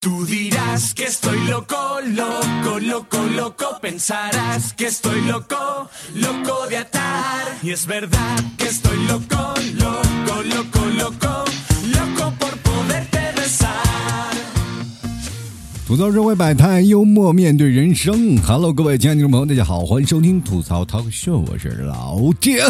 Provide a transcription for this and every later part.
Tú dirás que estoy loco, loco, loco, loco. Pensarás que estoy loco, loco de atar. Y es verdad que estoy loco, loco, loco, loco, loco por poderte besar。 吐槽社会百态，幽默面对人生。Hello， 各位亲爱的听众朋友，大家好，欢迎收听吐槽 Talk Show， 我是老铁。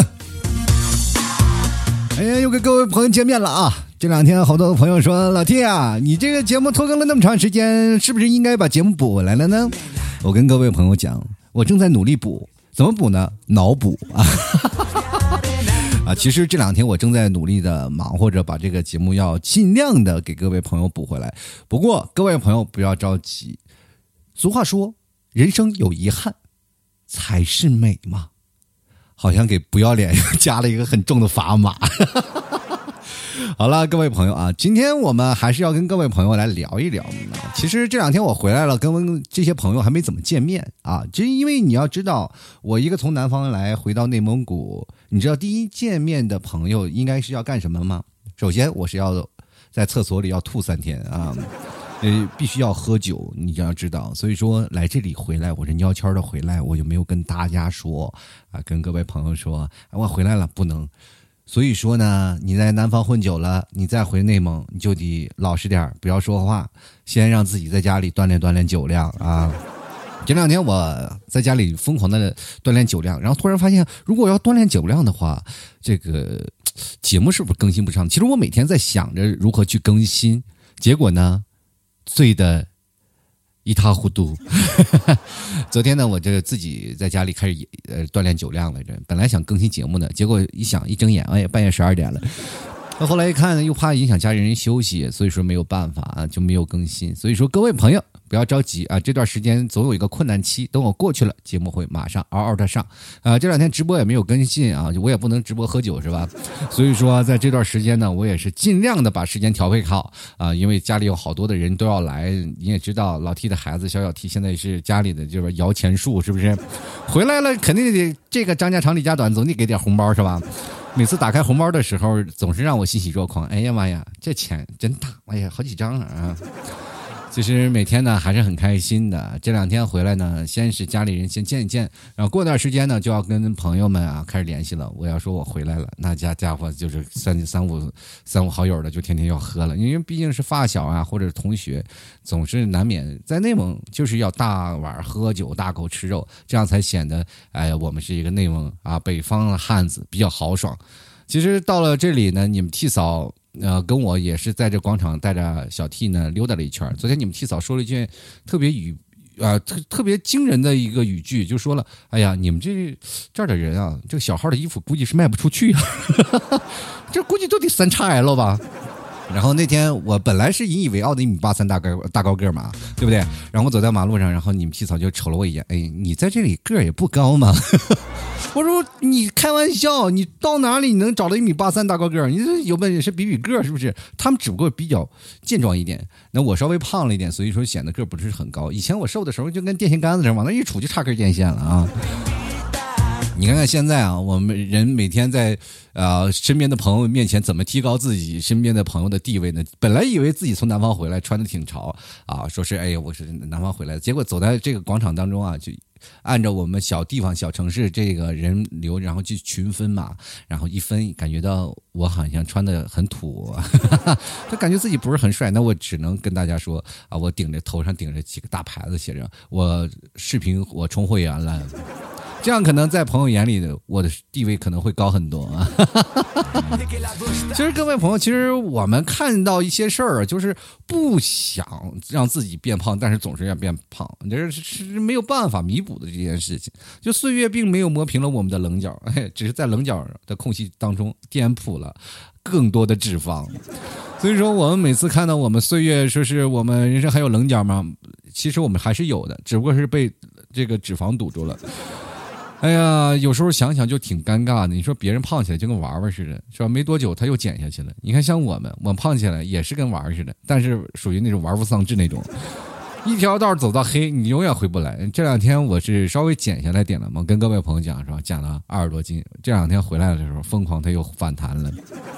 哎呀，又跟各位朋友见面了啊！这两天好多朋友说，老铁啊，你这个节目拖更了那么长时间，是不是应该把节目补回来了呢？我跟各位朋友讲，我正在努力补，怎么补呢？脑补啊！啊，其实这两天我正在努力的忙活着，把这个节目要尽量的给各位朋友补回来。不过各位朋友不要着急，俗话说，人生有遗憾才是美嘛。好像给不要脸加了一个很重的砝码。好了，各位朋友啊，今天我们还是要跟各位朋友来聊一聊。其实这两天我回来了，跟这些朋友还没怎么见面啊。就因为你要知道，我一个从南方来回到内蒙古，你知道第一见面的朋友应该是要干什么吗？首先我是要在厕所里要吐3天啊。必须要喝酒，你就要知道。所以说来这里回来，我是悄悄的回来，我就没有跟大家说啊，跟各位朋友说，我回来了，不能。所以说呢，你在南方混久了，你再回内蒙，你就得老实点，不要说话，先让自己在家里锻炼锻炼酒量啊。这两天我在家里疯狂的锻炼酒量，然后突然发现，如果要锻炼酒量的话，这个节目是不是更新不上？其实我每天在想着如何去更新，结果呢，醉的一塌糊涂。昨天呢，我这自己在家里开始锻炼酒量来着，本来想更新节目的，结果一想一睁眼，哎，半夜12点了。后来一看，又怕影响家里人休息，所以说没有办法啊，就没有更新。所以说各位朋友不要着急啊，这段时间总有一个困难期，等我过去了，节目会马上嗷嗷的上啊。这两天直播也没有更新啊，我也不能直播喝酒是吧？所以说在这段时间呢，我也是尽量的把时间调配好啊，因为家里有好多的人都要来，你也知道老 T 的孩子小 T 现在是家里的就是摇钱树，是不是？回来了肯定得这个张家长李家短，总得给点红包是吧？每次打开红包的时候，总是让我欣喜若狂。哎呀妈呀，这钱真大！哎呀，好几张啊！其实每天呢还是很开心的。这两天回来呢，先是家里人先见一见，然后过段时间呢就要跟朋友们啊开始联系了。我要说我回来了，那家伙就是三五好友的就天天要喝了，因为毕竟是发小啊或者是同学，总是难免在内蒙就是要大碗喝酒大口吃肉，这样才显得我们是一个内蒙啊北方的汉子比较豪爽。其实到了这里呢，你们T嫂跟我也是在这广场带着小 T 呢溜达了一圈。昨天你们T嫂说了一句特别惊人的一个语句，就说了：“哎呀，你们这儿的人啊，这个小号的衣服估计是卖不出去啊，这估计都得3XL 吧。”然后那天我本来是引以为傲的1.83米大高个嘛，对不对？然后我走在马路上，然后你们T嫂就瞅了我一眼，哎，你在这里个儿也不高嘛。我说你开玩笑，你到哪里你能找到1.83米大高个？你有本事比个是不是？他们只不过比较健壮一点，那我稍微胖了一点，所以说显得个不是很高。以前我瘦的时候就跟电线杆子似的，往那一杵就差根电线了啊。你看看现在啊，我们人每天在身边的朋友面前怎么提高自己身边的朋友的地位呢？本来以为自己从南方回来穿的挺潮啊，说是哎呀我是南方回来的，结果走在这个广场当中啊，就按照我们小地方小城市这个人流，然后去群分嘛，然后一分感觉到我好像穿的很土，就感觉自己不是很帅，那我只能跟大家说啊，我头上顶着几个大牌子，写着我视频我充会员了。这样可能在朋友眼里的我的地位可能会高很多啊。其实各位朋友，其实我们看到一些事儿，就是不想让自己变胖，但是总是要变胖，这是没有办法弥补的这件事情。就岁月并没有磨平了我们的棱角，只是在棱角的空隙当中颠覆了更多的脂肪。所以说我们每次看到我们岁月说是我们人生还有棱角吗？其实我们还是有的，只不过是被这个脂肪堵住了。哎呀，有时候想想就挺尴尬的。你说别人胖起来就跟玩玩似的，是吧？没多久他又减下去了。你看像我们胖起来也是跟玩似的，但是属于那种玩物丧志那种。一条道走到黑，你永远回不来。这两天我是稍微减下来点了嘛，跟各位朋友讲是吧，减了20多斤。这两天回来的时候，疯狂他又反弹了。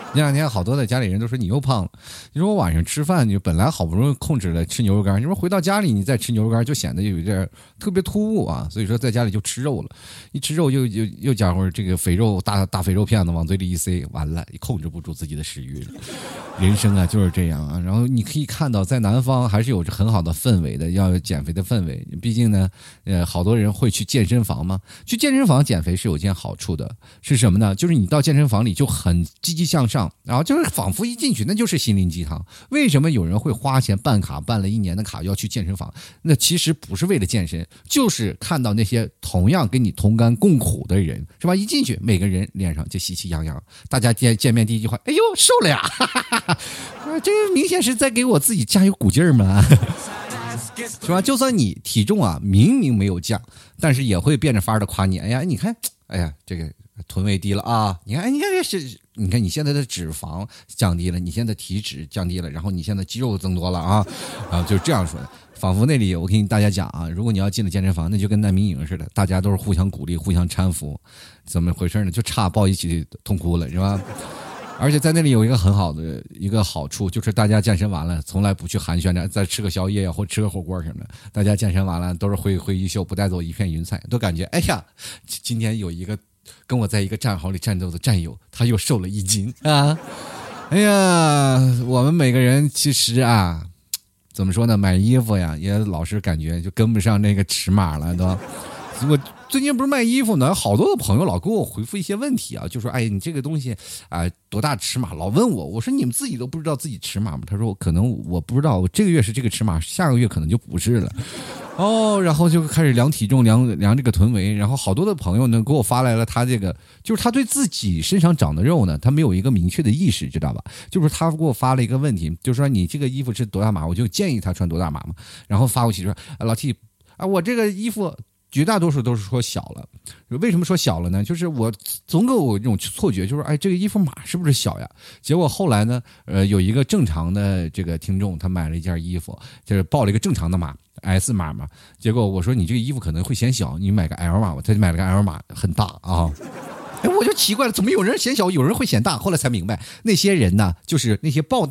那两天好多的家里人都说你又胖了。你说我晚上吃饭，你本来好不容易控制了吃牛肉干，你说回到家里你再吃牛肉干就显得有一点特别突兀啊。所以说在家里就吃肉了，一吃肉又家伙这个肥肉大肥肉片子往嘴里一塞，完了控制不住自己的食欲了。人生啊就是这样啊。然后你可以看到在南方还是有着很好的氛围的，要有减肥的氛围。毕竟呢好多人会去健身房嘛，去健身房减肥是有件好处的，是什么呢？就是你到健身房里就很积极向上，然后就是仿佛一进去那就是心灵鸡汤。为什么有人会花钱办卡，办了1年的卡要去健身房？那其实不是为了健身，就是看到那些同样跟你同甘共苦的人，是吧？一进去每个人脸上就喜气洋洋，大家见面第一句话，哎呦瘦了呀，这明显是在给我自己加油鼓劲儿嘛。是吧？就算你体重啊明明没有降，但是也会变着法儿的夸你。哎呀，你看，哎呀，这个臀围低了啊！你看你现在的脂肪降低了，你现在体脂降低了，然后你现在肌肉增多了啊！然后就是这样说的。仿佛那里我跟大家讲啊，如果你要进了健身房，那就跟难民营似的，大家都是互相鼓励、互相搀扶，怎么回事呢？就差抱一起痛哭了，是吧？而且在那里有一个很好的一个好处，就是大家健身完了从来不去寒暄着再吃个宵夜或吃个火锅什么的，大家健身完了都是挥衣袖，不带走一片云彩，都感觉哎呀，今天有一个跟我在一个战壕里战斗的战友，他又瘦了1斤啊！哎呀，我们每个人其实啊，怎么说呢？买衣服呀，也老是感觉就跟不上那个尺码了都。我最近不是卖衣服呢，好多的朋友老给我回复一些问题啊，就说哎，你这个东西啊多大尺码？老问我，我说你们自己都不知道自己尺码吗？他说可能我不知道，我这个月是这个尺码，下个月可能就不是了。哦，然后就开始量体重，量这个臀围，然后好多的朋友呢给我发来了他这个，就是他对自己身上长的肉呢，他没有一个明确的意识，知道吧？就是他给我发了一个问题，就是说你这个衣服是多大码，我就建议他穿多大码嘛，然后发过去说老 T 啊，我这个衣服绝大多数都是说小了，为什么说小了呢？就是我总给我这种错觉，就是哎，这个衣服码是不是小呀？结果后来呢，有一个正常的这个听众，他买了一件衣服，就是报了一个正常的码 S 码嘛。结果我说你这个衣服可能会显小，你买个 L 码吧，他就买了个 L 码，很大啊。哎，我就奇怪了，怎么有人显小，有人会显大？后来才明白，那些人呢，就是那些报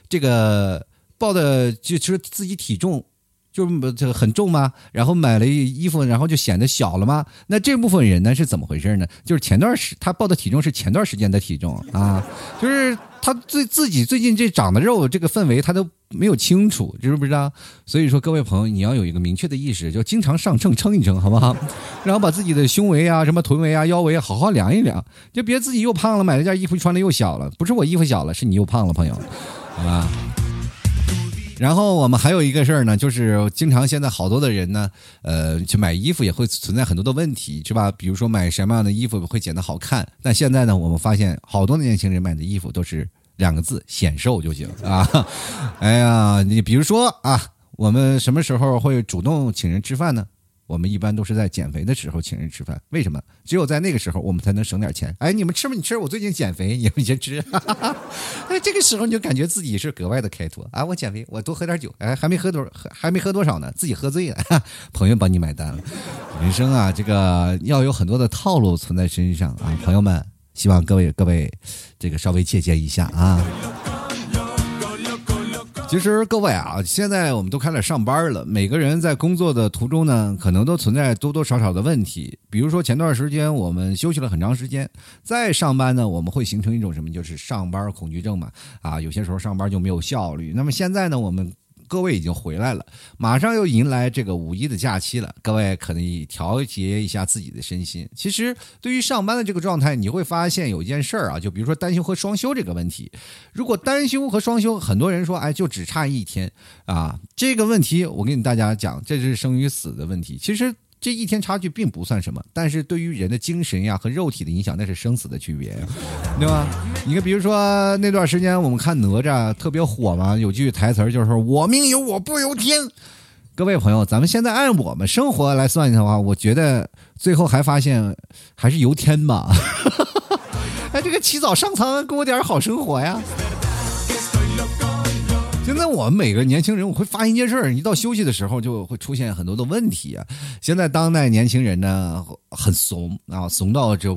的就是自己体重。就是这个很重吗？然后买了衣服，然后就显得小了吗？那这部分人呢是怎么回事呢？就是他报的体重是前段时间的体重啊，就是他自己最近这长的肉这个氛围他都没有清楚，知不知道？所以说各位朋友，你要有一个明确的意识，就经常上秤称一称，好不好？然后把自己的胸围啊、什么臀围啊、腰围好好量一量，就别自己又胖了，买了件衣服穿的又小了。不是我衣服小了，是你又胖了，朋友，好吧？然后我们还有一个事儿呢，就是经常现在好多的人呢，去买衣服也会存在很多的问题，是吧？比如说买什么样的衣服会显得好看？但现在呢，我们发现好多的年轻人买的衣服都是2个字：显瘦就行啊！哎呀，你比如说啊，我们什么时候会主动请人吃饭呢？我们一般都是在减肥的时候请人吃饭，为什么？只有在那个时候我们才能省点钱。哎，你们吃吧，你吃，我最近减肥，你们先吃。哎，这个时候你就感觉自己是格外的开拓啊！我减肥，我多喝点酒，哎，还没喝多少呢，自己喝醉了，朋友帮你买单了。人生啊，这个要有很多的套路存在身上啊，朋友们，希望各位这个稍微借鉴一下啊。其实各位啊，现在我们都开始上班了，每个人在工作的途中呢，可能都存在多多少少的问题。比如说前段时间我们休息了很长时间，再上班呢，我们会形成一种什么，就是上班恐惧症嘛。啊，有些时候上班就没有效率。那么现在呢，我们各位已经回来了，马上又迎来这个5一的假期了，各位可能调节一下自己的身心。其实对于上班的这个状态，你会发现有一件事儿啊，就比如说单休和双休这个问题。如果单休和双休，很多人说哎就只差1天啊，这个问题我跟大家讲，这是生与死的问题。其实这1天差距并不算什么，但是对于人的精神呀和肉体的影响，那是生死的区别，对吧？你看，比如说那段时间我们看哪吒特别火嘛，有句台词就是我命由我不由天。各位朋友，咱们现在按我们生活来算的话，我觉得最后还发现还是由天吧。哎，这个起早上苍给我点好生活呀。现在我们每个年轻人，我会发现一件事，一到休息的时候就会出现很多的问题啊。现在当代年轻人呢很怂啊，怂到就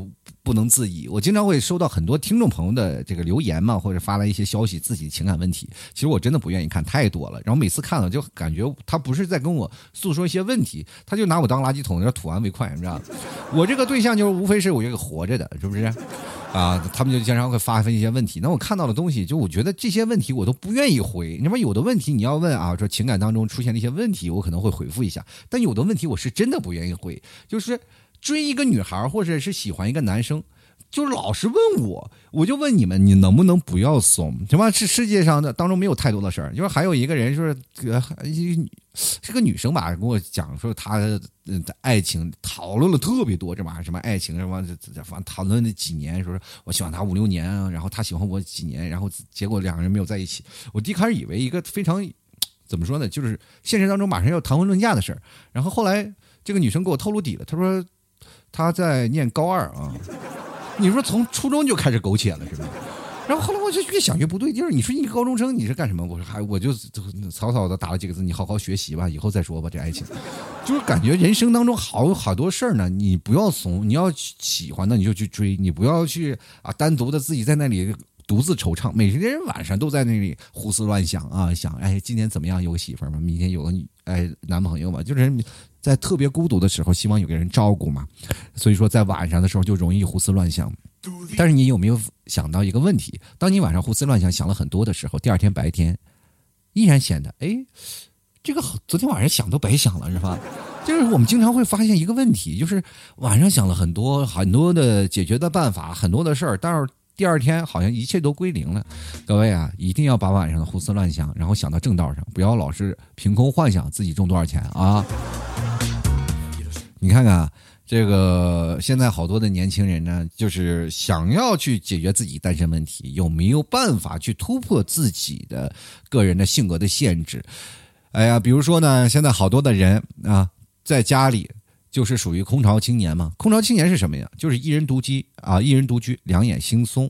不能自已。我经常会收到很多听众朋友的这个留言嘛，或者发来一些消息，自己情感问题。其实我真的不愿意看，太多了。然后每次看了就感觉他不是在跟我诉说一些问题，他就拿我当垃圾桶，要吐完为快，你知道吗？我这个对象就是无非是我一个活着的，是不是？啊，他们就经常会发一些问题。那我看到的东西，就我觉得这些问题我都不愿意回。你说有的问题你要问啊，说情感当中出现了一些问题，我可能会回复一下。但有的问题我是真的不愿意回，就是追一个女孩或者是喜欢一个男生，就是老是问我就问你们，你能不能不要怂？什么是世界上的当中没有太多的事儿？就是还有一个人说是个女生吧，跟我讲说她的爱情讨论了特别多，这玩意儿什么爱情什么，讨论了几年，说我喜欢他5-6年啊，然后他喜欢我几年，然后结果2个人没有在一起。我第一开始以为一个非常怎么说呢，就是现实当中马上要谈婚论嫁的事儿。然后后来这个女生给我透露底了，她说她在念高2啊。你说从初中就开始苟且了是吧？然后后来我就越想越不对劲儿。你说你高中生你是干什么？我说我就草草的打了几个字，你好好学习吧，以后再说吧。这爱情，就是感觉人生当中好多事儿呢，你不要怂，你要喜欢的你就去追，你不要去单独的自己在那里独自惆怅。每天晚上都在那里胡思乱想啊，想今天怎么样有个媳妇儿吗？明天有个男朋友嘛，就是在特别孤独的时候希望有个人照顾嘛，所以说在晚上的时候就容易胡思乱想。但是你有没有想到一个问题，当你晚上胡思乱想想了很多的时候，第二天白天依然显得这个昨天晚上想都白想了是吧？就是我们经常会发现一个问题，就是晚上想了很多的解决的办法，很多的事儿，但是第二天好像一切都归零了。各位啊，一定要把晚上的胡思乱想然后想到正道上，不要老是凭空幻想自己中多少钱啊。你看看这个现在好多的年轻人呢，就是想要去解决自己单身问题，有没有办法去突破自己的个人的性格的限制？比如说呢，现在好多的人啊，在家里就是属于空巢青年嘛。空巢青年是什么呀？就是一人独居，两眼惺忪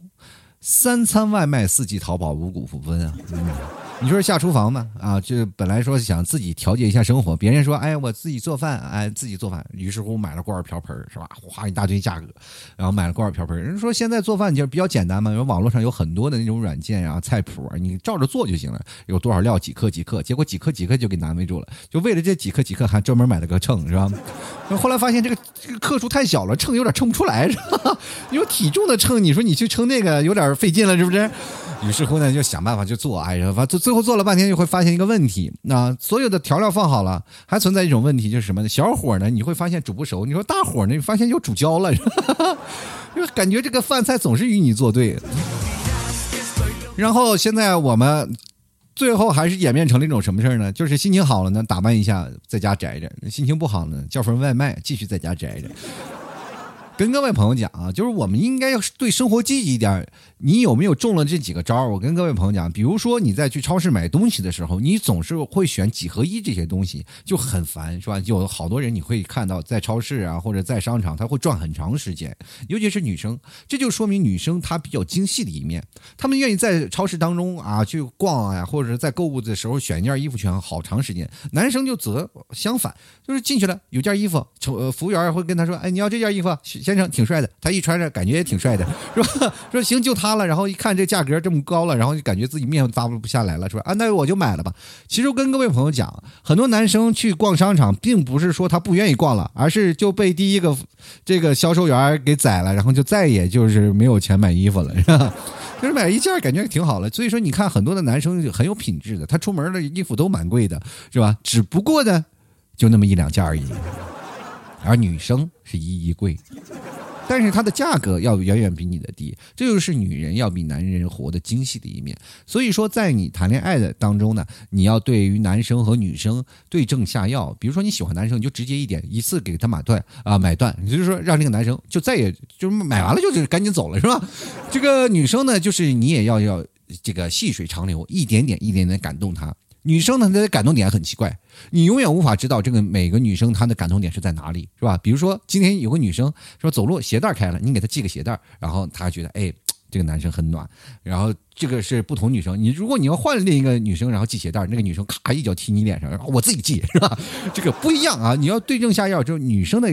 ，3餐外卖，4季淘宝，五谷不分啊。你说下厨房嘛就本来说想自己调节一下生活，别人说我自己做饭，于是乎买了锅碗瓢盆是吧，花一大堆价格，然后买了锅碗瓢盆。人说现在做饭就比较简单嘛，因为网络上有很多的那种软件菜谱你照着做就行了，有多少料几克，结果几克就给难为住了，就为了这几克还专门买了个秤是吧？后来发现这个克数太小了，秤有点称不出来是吧？有体重的秤，你说你去称那个有点费劲了是不是？于是乎呢，就想办法去做，最后做了半天就会发现一个问题，所有的调料放好了，还存在一种问题，就是什么呢？小火呢，你会发现煮不熟；你说大火呢，你发现又煮焦了，就感觉这个饭菜总是与你作对。然后现在我们最后还是演变成了一种什么事呢？就是心情好了呢，打扮一下在家宅着；心情不好呢，叫份外卖继续在家宅着。跟各位朋友讲就是我们应该要对生活积极一点。你有没有中了这几个招？我跟各位朋友讲，比如说你在去超市买东西的时候，你总是会选几合一这些东西，就很烦是吧？有好多人你会看到在超市或者在商场他会转很长时间，尤其是女生，这就说明女生她比较精细的一面，她们愿意在超市当中去逛或者在购物的时候选一件衣服选好长时间。男生就则相反，就是进去了有件衣服，服务员会跟他说你要这件衣服先生挺帅的，他一穿着感觉也挺帅的是吧？说行就他了，然后一看这价格这么高了，然后就感觉自己面发不下来了，说那我就买了吧。其实我跟各位朋友讲，很多男生去逛商场并不是说他不愿意逛了，而是就被第一个这个销售员给宰了，然后就再也就是没有钱买衣服了是吧？就是买一件感觉挺好了。所以说你看很多的男生很有品质的，他出门的衣服都蛮贵的是吧？只不过呢就那么1-2件而已，而女生是一贵，但是它的价格要远远比你的低，这就是女人要比男人活得精细的一面。所以说在你谈恋爱的当中呢，你要对于男生和女生对症下药。比如说你喜欢男生，你就直接一点，一次给他买断，也就是说让这个男生就再也就是买完了就是赶紧走了是吧？这个女生呢，就是你也要这个细水长流，一点点感动她。女生呢，她的感动点很奇怪，你永远无法知道这个每个女生她的感动点是在哪里，是吧？比如说今天有个女生说走路鞋带开了，你给她系个鞋带，然后她觉得这个男生很暖。然后这个是不同女生，如果你要换另一个女生然后系鞋带，那个女生咔一脚踢你脸上，然后我自己系是吧？这个不一样你要对症下药，就是女生的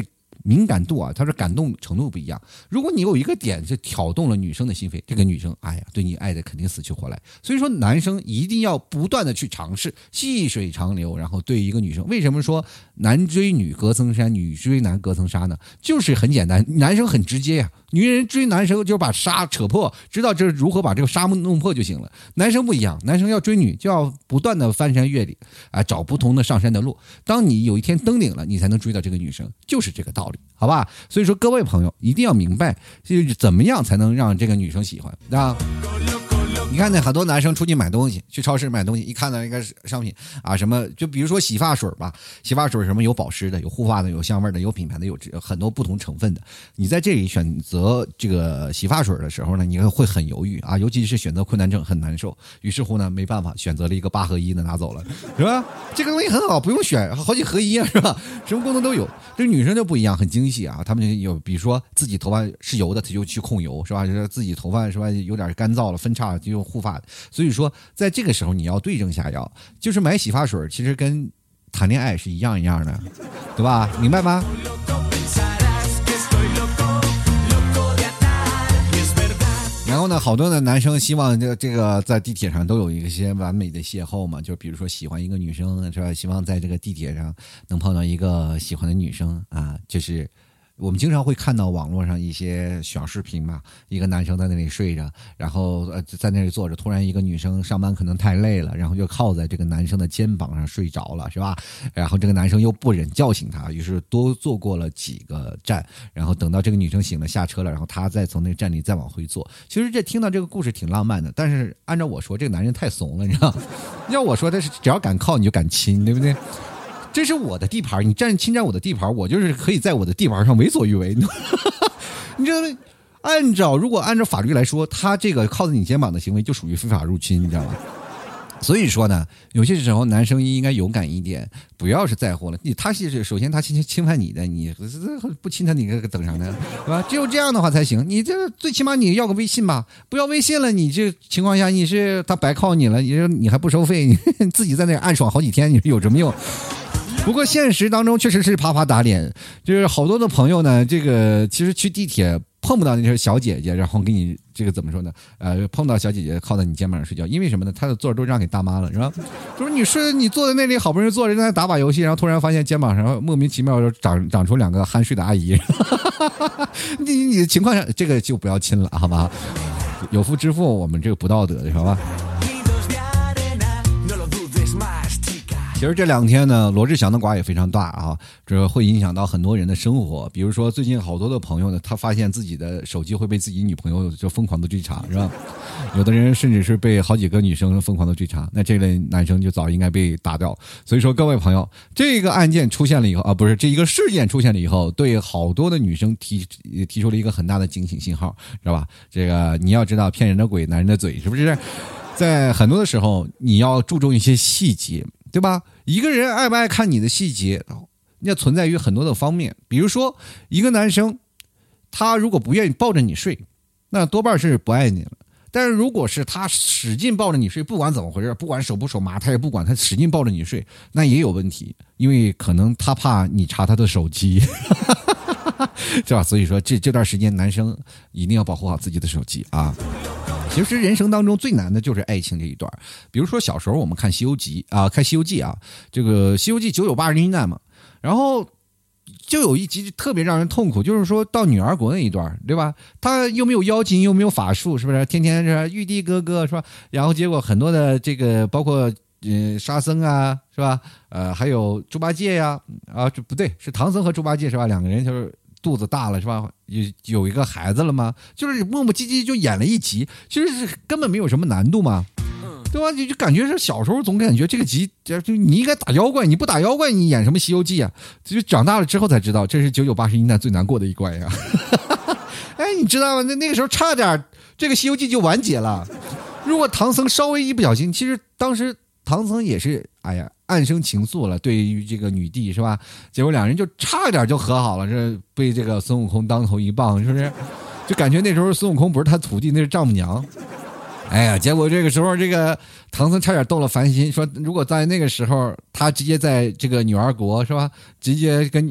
敏感度啊，它是感动程度不一样。如果你有一个点是挑动了女生的心扉，这个女生哎呀对你爱的肯定死去活来。所以说男生一定要不断的去尝试，细水长流，然后对一个女生，为什么说男追女隔层山，女追男隔层纱呢？就是很简单，男生很直接呀，女人追男生就把纱扯破，知道这如何把这个纱弄破就行了。男生不一样，男生要追女就要不断的翻山越岭啊，找不同的上山的路。当你有一天登顶了，你才能追到这个女生，就是这个道理，好吧？所以说各位朋友一定要明白，就是怎么样才能让这个女生喜欢啊。你看那很多男生出去买东西，去超市买东西，一看到一个商品啊，什么就比如说洗发水吧，洗发水什么有保湿的，有护发的，有香味的，有品牌的，有很多不同成分的。你在这里选择这个洗发水的时候呢，你会很犹豫啊，尤其是选择困难症很难受。于是乎呢，没办法，选择了一个8合1的拿走了，是吧？这个东西很好，不用选，好几合一啊，是吧？什么功能都有。这女生就不一样，很精细啊，他们有比如说自己头发是油的，他就去控油，是吧？就是自己头发是吧有点干燥了，分叉就用护发的。所以说在这个时候你要对症下药，就是买洗发水其实跟谈恋爱是一样的，对吧？明白吗？然后呢，好多的男生希望这个在地铁上都有一些完美的邂逅嘛，就比如说喜欢一个女生是吧，希望在这个地铁上能碰到一个喜欢的女生啊，就是我们经常会看到网络上一些小视频嘛，一个男生在那里睡着，然后在那里坐着，突然一个女生上班可能太累了，然后就靠在这个男生的肩膀上睡着了，是吧？然后这个男生又不忍叫醒她，于是多坐过了几个站，然后等到这个女生醒了下车了，然后他再从那个站里再往回坐。其实这听到这个故事挺浪漫的，但是按照我说，这个男人太怂了，你知道？要我说，他是只要敢靠你就敢亲，对不对？这是我的地盘，你侵占我的地盘，我就是可以在我的地盘上为所欲为。你这如果按照法律来说，他这个靠在你肩膀的行为就属于非法入侵，你知道吗？所以说呢，有些时候男生应该勇敢一点，不要是在乎了。他是首先他侵犯你的，你不侵犯你个等啥呢？对吧？只有这样的话才行。你这最起码你要个微信吧，不要微信了，你这情况下你是他白靠你了，你还不收费，你自己在那暗爽好几天，你有什么用？不过现实当中确实是啪啪打脸，就是好多的朋友呢，这个其实去地铁碰不到那些小姐姐，然后给你这个怎么说呢？碰到小姐姐靠在你肩膀上睡觉，因为什么呢？她的座儿都让给大妈了，是吧？就是你坐在那里好不容易坐着在打把游戏，然后突然发现肩膀上莫名其妙长出2个酣睡的阿姨，你的情况下这个就不要亲了，好吧？有妇之夫，我们这个不道德的，好吧？其实这2天呢，罗志祥的瓜也非常大啊，这会影响到很多人的生活。比如说最近好多的朋友呢，他发现自己的手机会被自己女朋友就疯狂的追查，是吧？有的人甚至是被好几个女生疯狂的追查，那这类男生就早应该被打掉。所以说各位朋友，这个案件出现了以后啊，不是这一个事件出现了以后，对好多的女生提出了一个很大的警醒信号，知道吧？这个你要知道，骗人的鬼，男人的嘴，是不是？在很多的时候，你要注重一些细节。对吧？一个人爱不爱看你的细节，要存在于很多的方面。比如说，一个男生，他如果不愿意抱着你睡，那多半是不爱你了。但是如果是他使劲抱着你睡，不管怎么回事，不管手不手麻，他也不管，他使劲抱着你睡，那也有问题，因为可能他怕你查他的手机，是吧？所以说这段时间，男生一定要保护好自己的手机啊。其实人生当中最难的就是爱情这一段，比如说小时候我们看《西游记》啊，这个《西游记》998十一难嘛，然后就有一集特别让人痛苦，就是说到女儿国那一段，对吧？他又没有妖精，又没有法术，是不是？天天是玉帝哥哥，是吧？然后结果很多的这个包括沙僧啊，是吧？还有猪八戒呀，这不对，是唐僧和猪八戒，是吧？2个人就是肚子大了，是吧？有一个孩子了吗？就是磨磨唧唧就演了一集，其实是根本没有什么难度嘛，对吧？你就感觉是小时候总感觉这个集就你应该打妖怪，你不打妖怪你演什么西游记啊？就长大了之后才知道，这是998十一难最难过的一关呀。哎，你知道吗？那个时候差点这个西游记就完结了。如果唐僧稍微一不小心，其实当时唐僧也是暗生情愫了，对于这个女帝，是吧？结果2人就差点就和好了，这被这个孙悟空当头一棒，是不是？就感觉那时候孙悟空不是他徒弟，那是丈母娘。结果这个时候这个唐僧差点动了凡心，说如果在那个时候他直接在这个女儿国，是吧？直接跟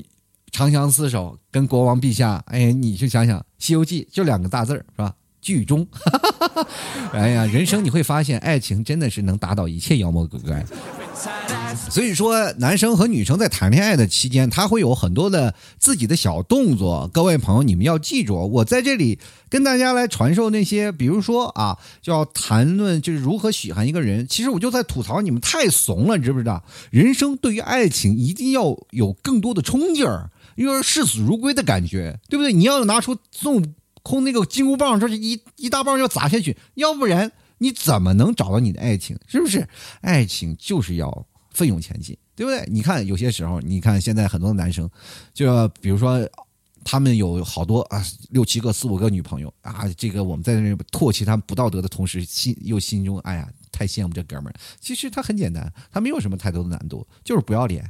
长相厮守，跟国王陛下，哎，你去想想，《西游记》就2个大字是吧？剧中。哎呀，人生你会发现，爱情真的是能打倒一切妖魔鬼怪。所以说，男生和女生在谈恋爱的期间，他会有很多的自己的小动作。各位朋友，你们要记住，我在这里跟大家来传授那些，比如说啊，就要谈论就是如何喜欢一个人。其实我就在吐槽你们太怂了，你知不知道？人生对于爱情一定要有更多的冲劲儿，因为视死如归的感觉，对不对？你要拿出孙悟空那个金箍棒，这是一大棒要砸下去，要不然你怎么能找到你的爱情？是不是？爱情就是要奋勇前进，对不对？你看有些时候，你看现在很多的男生，就比如说他们有好多啊6、7个、4、5个女朋友啊，这个我们在这唾弃他们不道德的同时，心中哎呀太羡慕这哥们儿。其实他很简单，他没有什么太多的难度，就是不要脸，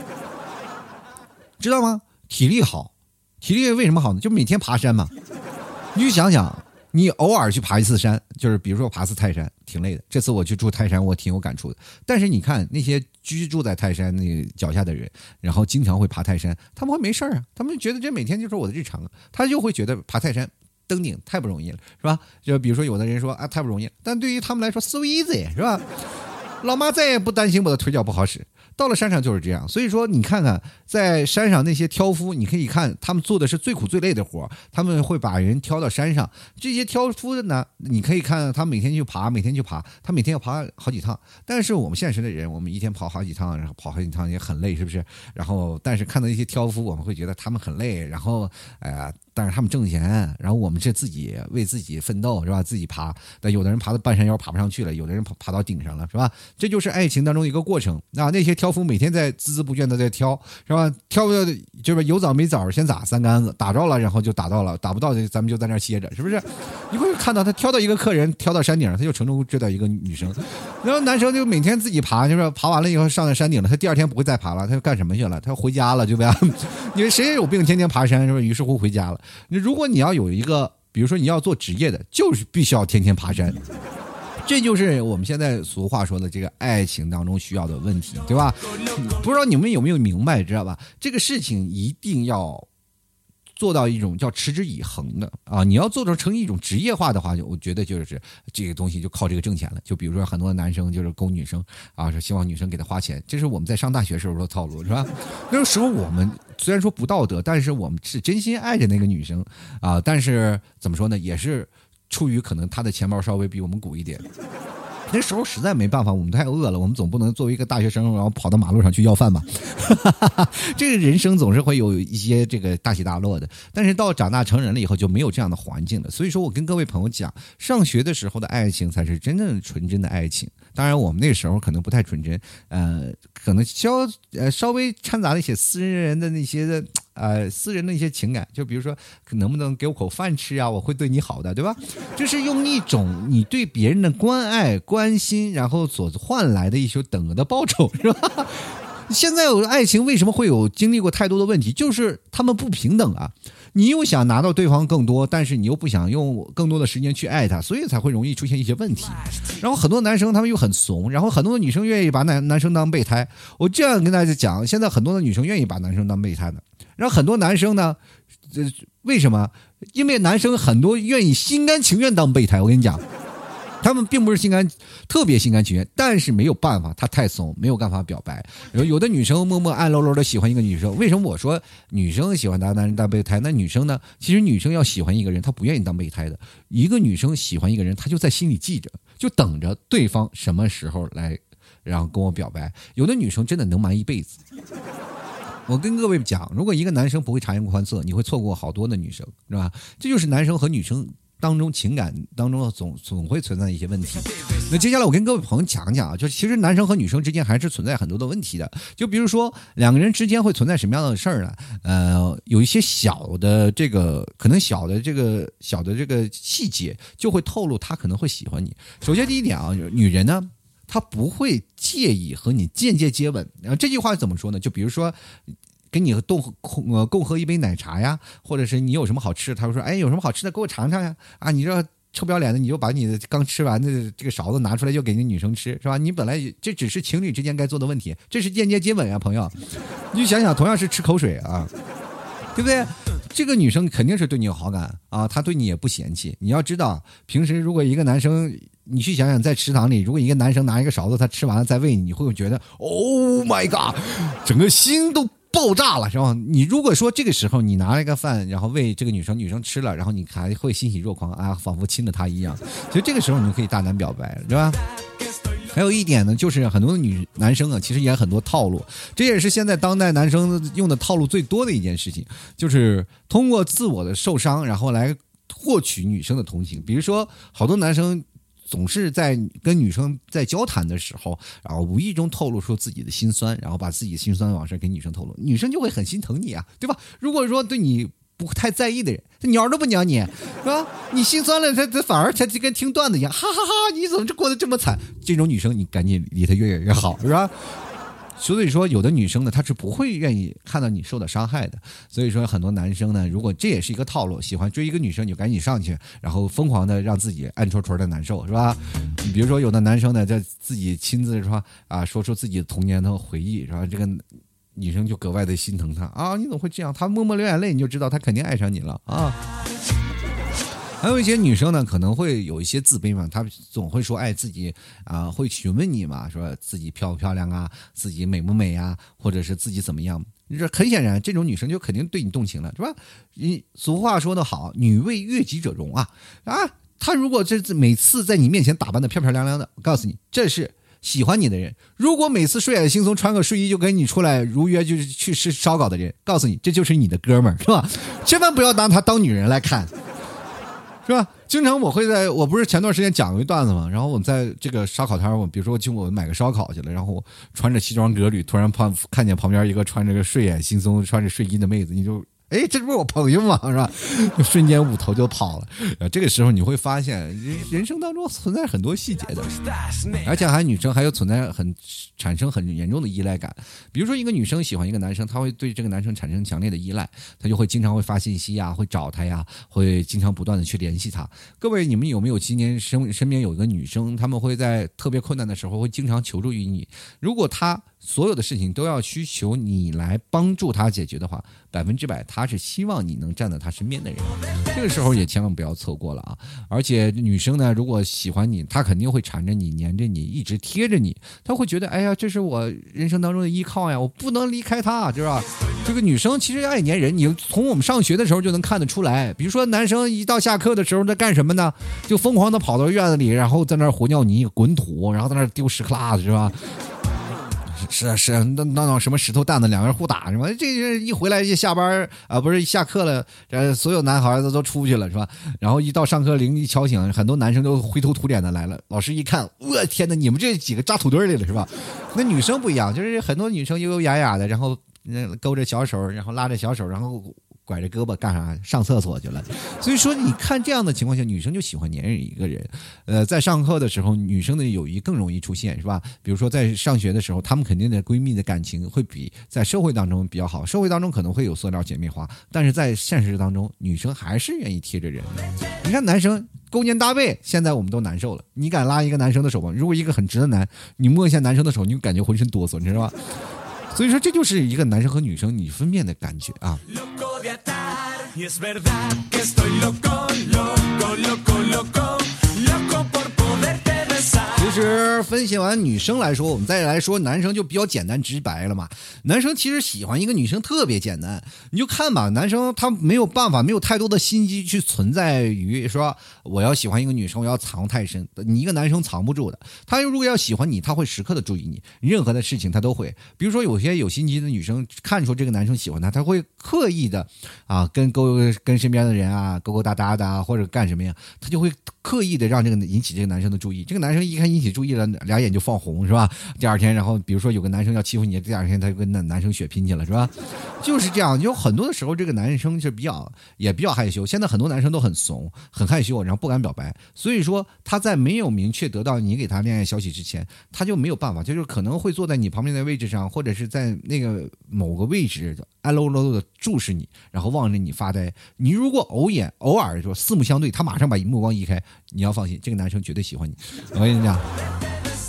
知道吗？体力好，体力为什么好呢？就每天爬山嘛。你就想想，你偶尔去爬一次山，就是比如说爬次泰山，挺累的。这次我去住泰山，我挺有感触的。但是你看那些居住在泰山那个脚下的人，然后经常会爬泰山，他们会没事啊，他们觉得这每天就是我的日常，他就会觉得爬泰山登顶太不容易了，是吧？就比如说有的人说啊太不容易了，但对于他们来说 so easy， 是吧？老妈再也不担心我的腿脚不好使。到了山上就是这样，所以说你看看在山上那些挑夫，你可以看他们做的是最苦最累的活，他们会把人挑到山上。这些挑夫的呢，你可以看他每天去爬，他每天要爬好几趟。但是我们现实的人，我们一天跑好几趟，然后跑好几趟也很累，是不是？然后但是看到一些挑夫，我们会觉得他们很累，然后但是他们挣钱，然后我们是自己为自己奋斗，是吧？自己爬，但有的人爬到半山腰爬不上去了，有的人爬到顶上了，是吧？这就是爱情当中一个过程。那些挑夫每天在孜孜不倦的在挑，是吧？挑的就是有枣没枣先打3竿子，打着了然后就打到了，打不到咱们就在那歇着，是不是？你会看到他挑到一个客人，挑到山顶上，他就成功追到一个女生，然后男生就每天自己爬，就是爬完了以后上了山顶了，他第2天不会再爬了，他要干什么去了？他要回家了，对不对？因为谁有病天天爬山，是吧？于是乎回家了。如果你要有一个，比如说你要做职业的，就是必须要天天爬山。这就是我们现在俗话说的这个爱情当中需要的问题，对吧？不知道你们有没有明白，知道吧？这个事情一定要做到一种叫持之以恒的啊！你要做成一种职业化的话，我觉得就是这个东西就靠这个挣钱了。就比如说很多男生就是勾女生啊，是希望女生给他花钱，这是我们在上大学时候的套路，是吧？那个时候我们虽然说不道德，但是我们是真心爱着那个女生啊。但是怎么说呢，也是出于可能她的钱包稍微比我们鼓一点。那时候实在没办法，我们太饿了，我们总不能作为一个大学生然后跑到马路上去要饭吧。这个人生总是会有一些这个大起大落的，但是到长大成人了以后就没有这样的环境了。所以说我跟各位朋友讲，上学的时候的爱情才是真正纯真的爱情。当然我们那时候可能不太纯真，可能稍微掺杂了一些私人的那些私人的一些情感，就比如说能不能给我口饭吃啊，我会对你好的，对吧？这是用一种你对别人的关爱关心然后所换来的一些等额的报酬，是吧？现在有爱情为什么会有经历过太多的问题，就是他们不平等啊。你又想拿到对方更多，但是你又不想用更多的时间去爱他，所以才会容易出现一些问题。然后很多男生他们又很怂，然后很多的女生愿意把男生当备胎。我这样跟大家讲，现在很多的女生愿意把男生当备胎的，然后很多男生呢，为什么？因为男生很多愿意心甘情愿当备胎。我跟你讲，他们并不是特别心甘情愿，但是没有办法，他太怂，没有办法表白。有的女生默默暗搂搂的喜欢一个女生，为什么我说女生喜欢男人当备胎？那女生呢？其实女生要喜欢一个人，她不愿意当备胎的。一个女生喜欢一个人，她就在心里记着，就等着对方什么时候来，然后跟我表白。有的女生真的能瞒一辈子。我跟各位讲，如果一个男生不会察言观色，你会错过好多的女生，是吧？这就是男生和女生当中情感当中总会存在的一些问题。那接下来我跟各位朋友讲讲啊，就其实男生和女生之间还是存在很多的问题的。就比如说两个人之间会存在什么样的事儿呢？有一些小的这个细节就会透露他可能会喜欢你。首先第一点啊，女人呢，她不会介意和你间接接吻。这句话怎么说呢？就比如说跟你共喝一杯奶茶呀，或者是你有什么好吃的，他会说，哎，有什么好吃的给我尝尝呀。啊，你这臭不要脸的，你就把你的刚吃完的这个勺子拿出来就给那女生吃，是吧？你本来这只是情侣之间该做的问题，这是间接接吻啊，朋友。你就想想，同样是吃口水啊， 对不对？这个女生肯定是对你有好感啊，她对你也不嫌弃。你要知道，平时如果一个男生，你去想想，在食堂里，如果一个男生拿一个勺子，他吃完了再喂你，你会不会觉得 Oh my God， 整个心都爆炸了，是吧？你如果说这个时候你拿了一个饭，然后喂这个女生，女生吃了，然后你还会欣喜若狂啊，仿佛亲了她一样。所以这个时候你就可以大胆表白，对吧？还有一点呢，就是很多男生啊，其实也很多套路，这也是现在当代男生用的套路最多的一件事情，就是通过自我的受伤，然后来获取女生的同情。比如说，好多男生总是在跟女生在交谈的时候，然后无意中透露出自己的心酸，然后把自己的心酸往事给女生透露，女生就会很心疼你啊，对吧？如果说对你不太在意的人，他鸟都不鸟你，是吧？你心酸了，他反而他就跟听段子一样，哈哈哈！你怎么过得这么惨？这种女生你赶紧离她越远越好，是吧？所以说，有的女生呢，她是不会愿意看到你受到伤害的。所以说，很多男生呢，如果这也是一个套路，喜欢追一个女生，你就赶紧上去，然后疯狂的让自己暗戳戳的难受，是吧？你比如说，有的男生呢，在自己亲自说啊，说出自己童年的回忆，是吧？这个女生就格外的心疼他啊！你怎么会这样？他默默流眼泪，你就知道他肯定爱上你了啊！还有一些女生呢，可能会有一些自卑嘛，她总会说爱自己啊，会询问你嘛，说自己漂不漂亮啊，自己美不美啊，或者是自己怎么样。这很显然，这种女生就肯定对你动情了，是吧？俗话说得好，女为悦己者容啊！她如果这每次在你面前打扮的漂漂亮亮的，我告诉你，这是喜欢你的人。如果每次睡眼惺忪穿个睡衣就跟你出来如约就是去吃烧烤的人，告诉你这就是你的哥们儿，是吧？千万不要拿他当女人来看，是吧？经常我不是前段时间讲过一段子嘛，然后我在这个烧烤摊，比如说我买个烧烤去了，然后我穿着西装革履，突然看见旁边一个穿着个睡眼惺忪穿着睡衣的妹子，你就这不是我朋友吗？是吧？瞬间捂头就跑了。这个时候你会发现，人生当中存在很多细节的，而且女生还有产生很严重的依赖感。比如说，一个女生喜欢一个男生，她会对这个男生产生强烈的依赖，她就会经常会发信息呀，会找他呀，会经常不断的去联系他。各位，你们有没有今年身边有一个女生，她们会在特别困难的时候会经常求助于你？如果她所有的事情都要需求你来帮助她解决的话，100%她是希望你能站在她身边的人。这个时候也千万不要错过了啊！而且女生呢，如果喜欢你，她肯定会缠着你、黏着你，一直贴着你。她会觉得，哎呀，这是我人生当中的依靠呀，我不能离开她，知道吧？这个女生其实爱粘人，你从我们上学的时候就能看得出来。比如说，男生一到下课的时候在干什么呢？就疯狂的跑到院子里，然后在那儿和尿泥、滚土，然后在那儿丢石克拉子，是吧？是，那什么石头蛋子，两个人互打，是吧？这一回来一下班啊，不是下课了，所有男孩子都出去了，是吧？然后一到上课铃一敲醒，很多男生都灰头土脸的来了。老师一看，我天哪，你们这几个扎土堆里了，是吧？那女生不一样，就是很多女生优优雅雅的，然后勾着小手，然后拉着小手，然后拐着胳膊干啥？上厕所去了。所以说，你看这样的情况下，女生就喜欢黏人一个人。在上课的时候，女生的友谊更容易出现，是吧？比如说在上学的时候，她们肯定的闺蜜的感情会比在社会当中比较好。社会当中可能会有塑料姐妹花，但是在现实当中，女生还是愿意贴着人。你看男生勾肩搭背，现在我们都难受了。你敢拉一个男生的手吗？如果一个很直的男，你摸一下男生的手，你就感觉浑身哆嗦，你知道吧？所以说，这就是一个男生和女生你分辨的感觉啊。其实分析完女生来说，我们再来说男生就比较简单直白了嘛。男生其实喜欢一个女生特别简单，你就看吧，男生他没有办法，没有太多的心机去存在于说我要喜欢一个女生，我要藏太深，你一个男生藏不住的。他如果要喜欢你，他会时刻的注意你，任何的事情他都会。比如说有些有心机的女生看出这个男生喜欢他，他会刻意的啊跟身边的人啊勾勾搭搭的啊，或者干什么呀，他就会刻意的让这个引起这个男生的注意。这个男生一看引起注意了，俩眼就放红，是吧？第二天，然后比如说有个男生要欺负你，第二天他就跟那男生血拼去了，是吧？就是这样。有很多的时候，这个男生是比较害羞。现在很多男生都很怂，很害羞，然后不敢表白。所以说他在没有明确得到你给他恋爱消息之前，他就没有办法，就是可能会坐在你旁边的位置上，或者是在那个某个位置暗搂搂的注视你，然后望着你发呆。你如果偶尔说四目相对，他马上把目光移开，你要放心，这个男生绝对喜欢你。我跟你讲，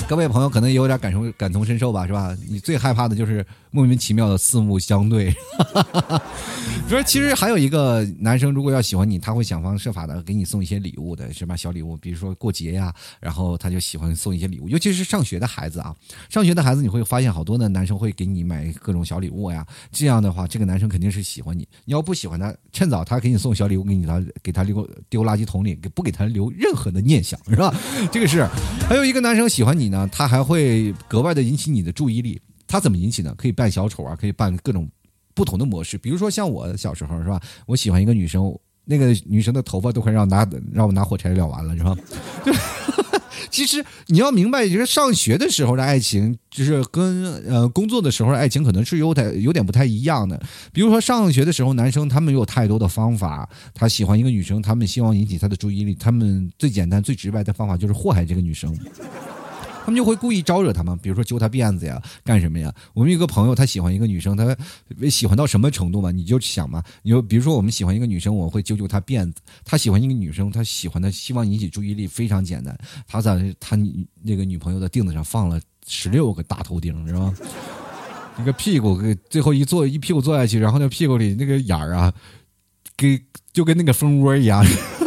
各位朋友可能也有点感同身受吧，是吧？你最害怕的就是莫名其妙的四目相对。说其实还有一个男生，如果要喜欢你，他会想方设法的给你送一些礼物的，是吧？小礼物，比如说过节呀，然后他就喜欢送一些礼物，尤其是上学的孩子啊，上学的孩子你会发现好多的男生会给你买各种小礼物呀，这样的话，这个男生肯定是喜欢你。你要不喜欢他，趁早他给你送小礼物，给他丢垃圾桶里，不给他留任何的念想，是吧？这个是。还有一个男生喜欢你呢，他还会格外的引起你的注意力。他怎么引起呢？可以扮小丑啊，可以扮各种不同的模式。比如说像我小时候，是吧？我喜欢一个女生，那个女生的头发都快让我拿火柴燎完了，是吧？其实你要明白，就是上学的时候的爱情，就是跟工作的时候的爱情可能是有点不太一样的。比如说上学的时候，男生他们有太多的方法，他喜欢一个女生，他们希望引起她的注意力，他们最简单最直白的方法就是祸害这个女生。他们就会故意招惹他们，比如说揪他辫子呀，干什么呀？我们有个朋友，他喜欢一个女生，他喜欢到什么程度嘛？你就想嘛，比如说我们喜欢一个女生，我会揪她辫子；他喜欢一个女生，他希望引起注意力，非常简单，他在他那个女朋友的腚子上放了16个大头钉，知道吗？那个屁股最后一屁股坐下去，然后那屁股里那个眼儿啊，就跟那个蜂窝一样。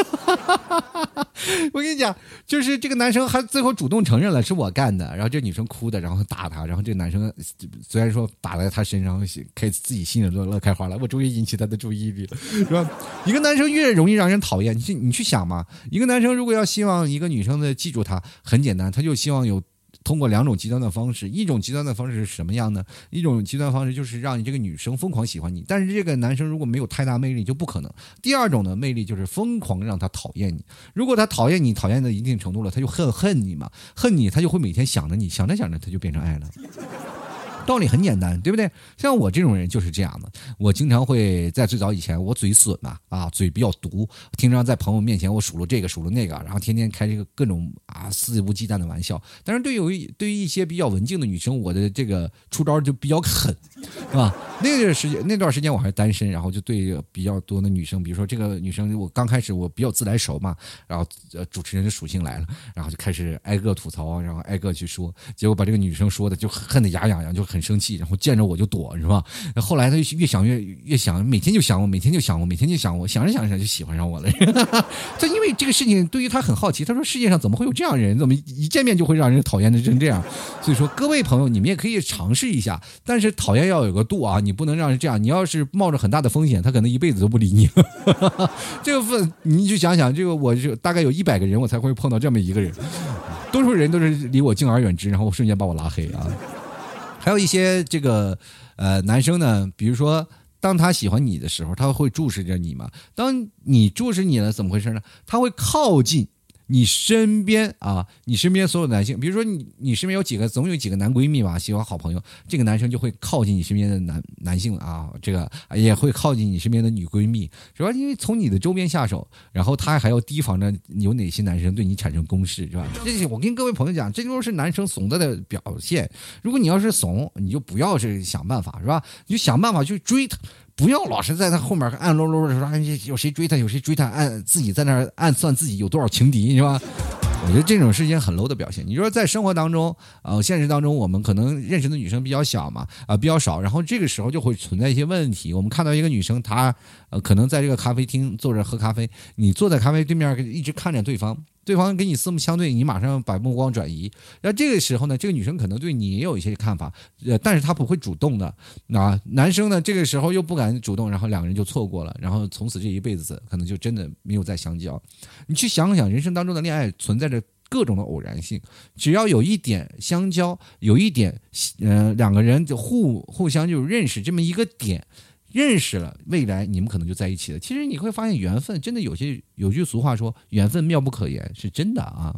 我跟你讲，就是这个男生还最后主动承认了是我干的，然后这女生哭的，然后打他，然后这男生虽然说打在他身上，可以自己心里乐开花了，我终于引起他的注意力了，是吧？一个男生越容易让人讨厌，你去想嘛，一个男生如果要希望一个女生的记住他，很简单，他就希望通过2种极端的方式，一种极端的方式是什么样呢？一种极端方式就是让你这个女生疯狂喜欢你，但是这个男生如果没有太大魅力就不可能。第二种的魅力就是疯狂让他讨厌你，如果他讨厌你讨厌的一定程度了，他就恨你嘛，恨你他就会每天想着你，想着想着他就变成爱了。道理很简单，对不对？像我这种人就是这样的，我经常会在最早以前，我嘴损嘛，嘴比较毒，经常在朋友面前我数落这个数落那个，然后天天开这个各种肆无忌惮的玩笑。但是对于一些比较文静的女生，我的这个出招就比较狠，是吧？那段时间我还是单身，然后就对比较多的女生，比如说这个女生，我刚开始我比较自来熟嘛，然后主持人的属性来了，然后就开始挨个吐槽，然后挨个去说，结果把这个女生说的就恨得牙痒痒，就很生气，然后见着我就躲，是吧？后来他越想越想，每天就想我，想着想着就喜欢上我了。他因为这个事情对于他很好奇，他说世界上怎么会有这样的人，怎么一见面就会让人讨厌的成这样？所以说各位朋友，你们也可以尝试一下，但是讨厌要有个度啊，你不能让人这样，你要是冒着很大的风险，他可能一辈子都不理你。这个你就想想，这个我就大概有100个人我才会碰到这么一个人，多数人都是离我敬而远之，然后瞬间把我拉黑啊。还有一些这个男生呢，比如说当他喜欢你的时候，他会注视着你嘛，当你注视你了，怎么回事呢？他会靠近你身边你身边所有的男性，比如说你身边总有几个男闺蜜吧，喜欢好朋友，这个男生就会靠近你身边的男性这个也会靠近你身边的女闺蜜，是吧？因为从你的周边下手，然后他还要提防着有哪些男生对你产生攻势，是吧？这我跟各位朋友讲，这就是男生怂的表现。如果你要是怂，你就不要是想办法，是吧？你就想办法去追他。不要老是在他后面暗搂搂的说有谁追他，自己在那暗算自己有多少情敌，是吧？我觉得这种是一件很 low 的表现。你说在生活当中现实当中我们可能认识的女生比较小嘛比较少，然后这个时候就会存在一些问题。我们看到一个女生，她可能在这个咖啡厅坐着喝咖啡，你坐在咖啡对面一直看着对方跟你四目相对，你马上把目光转移。然后这个时候呢，这个女生可能对你也有一些看法，但是她不会主动的。男生呢，这个时候又不敢主动，然后两个人就错过了，然后从此这一辈子可能就真的没有再相交。你去想想，人生当中的恋爱存在着各种的偶然性，只要有一点相交，有一点两个人就互相就认识这么一个点。认识了，未来你们可能就在一起了。其实你会发现缘分真的有句俗话说，缘分妙不可言，是真的啊。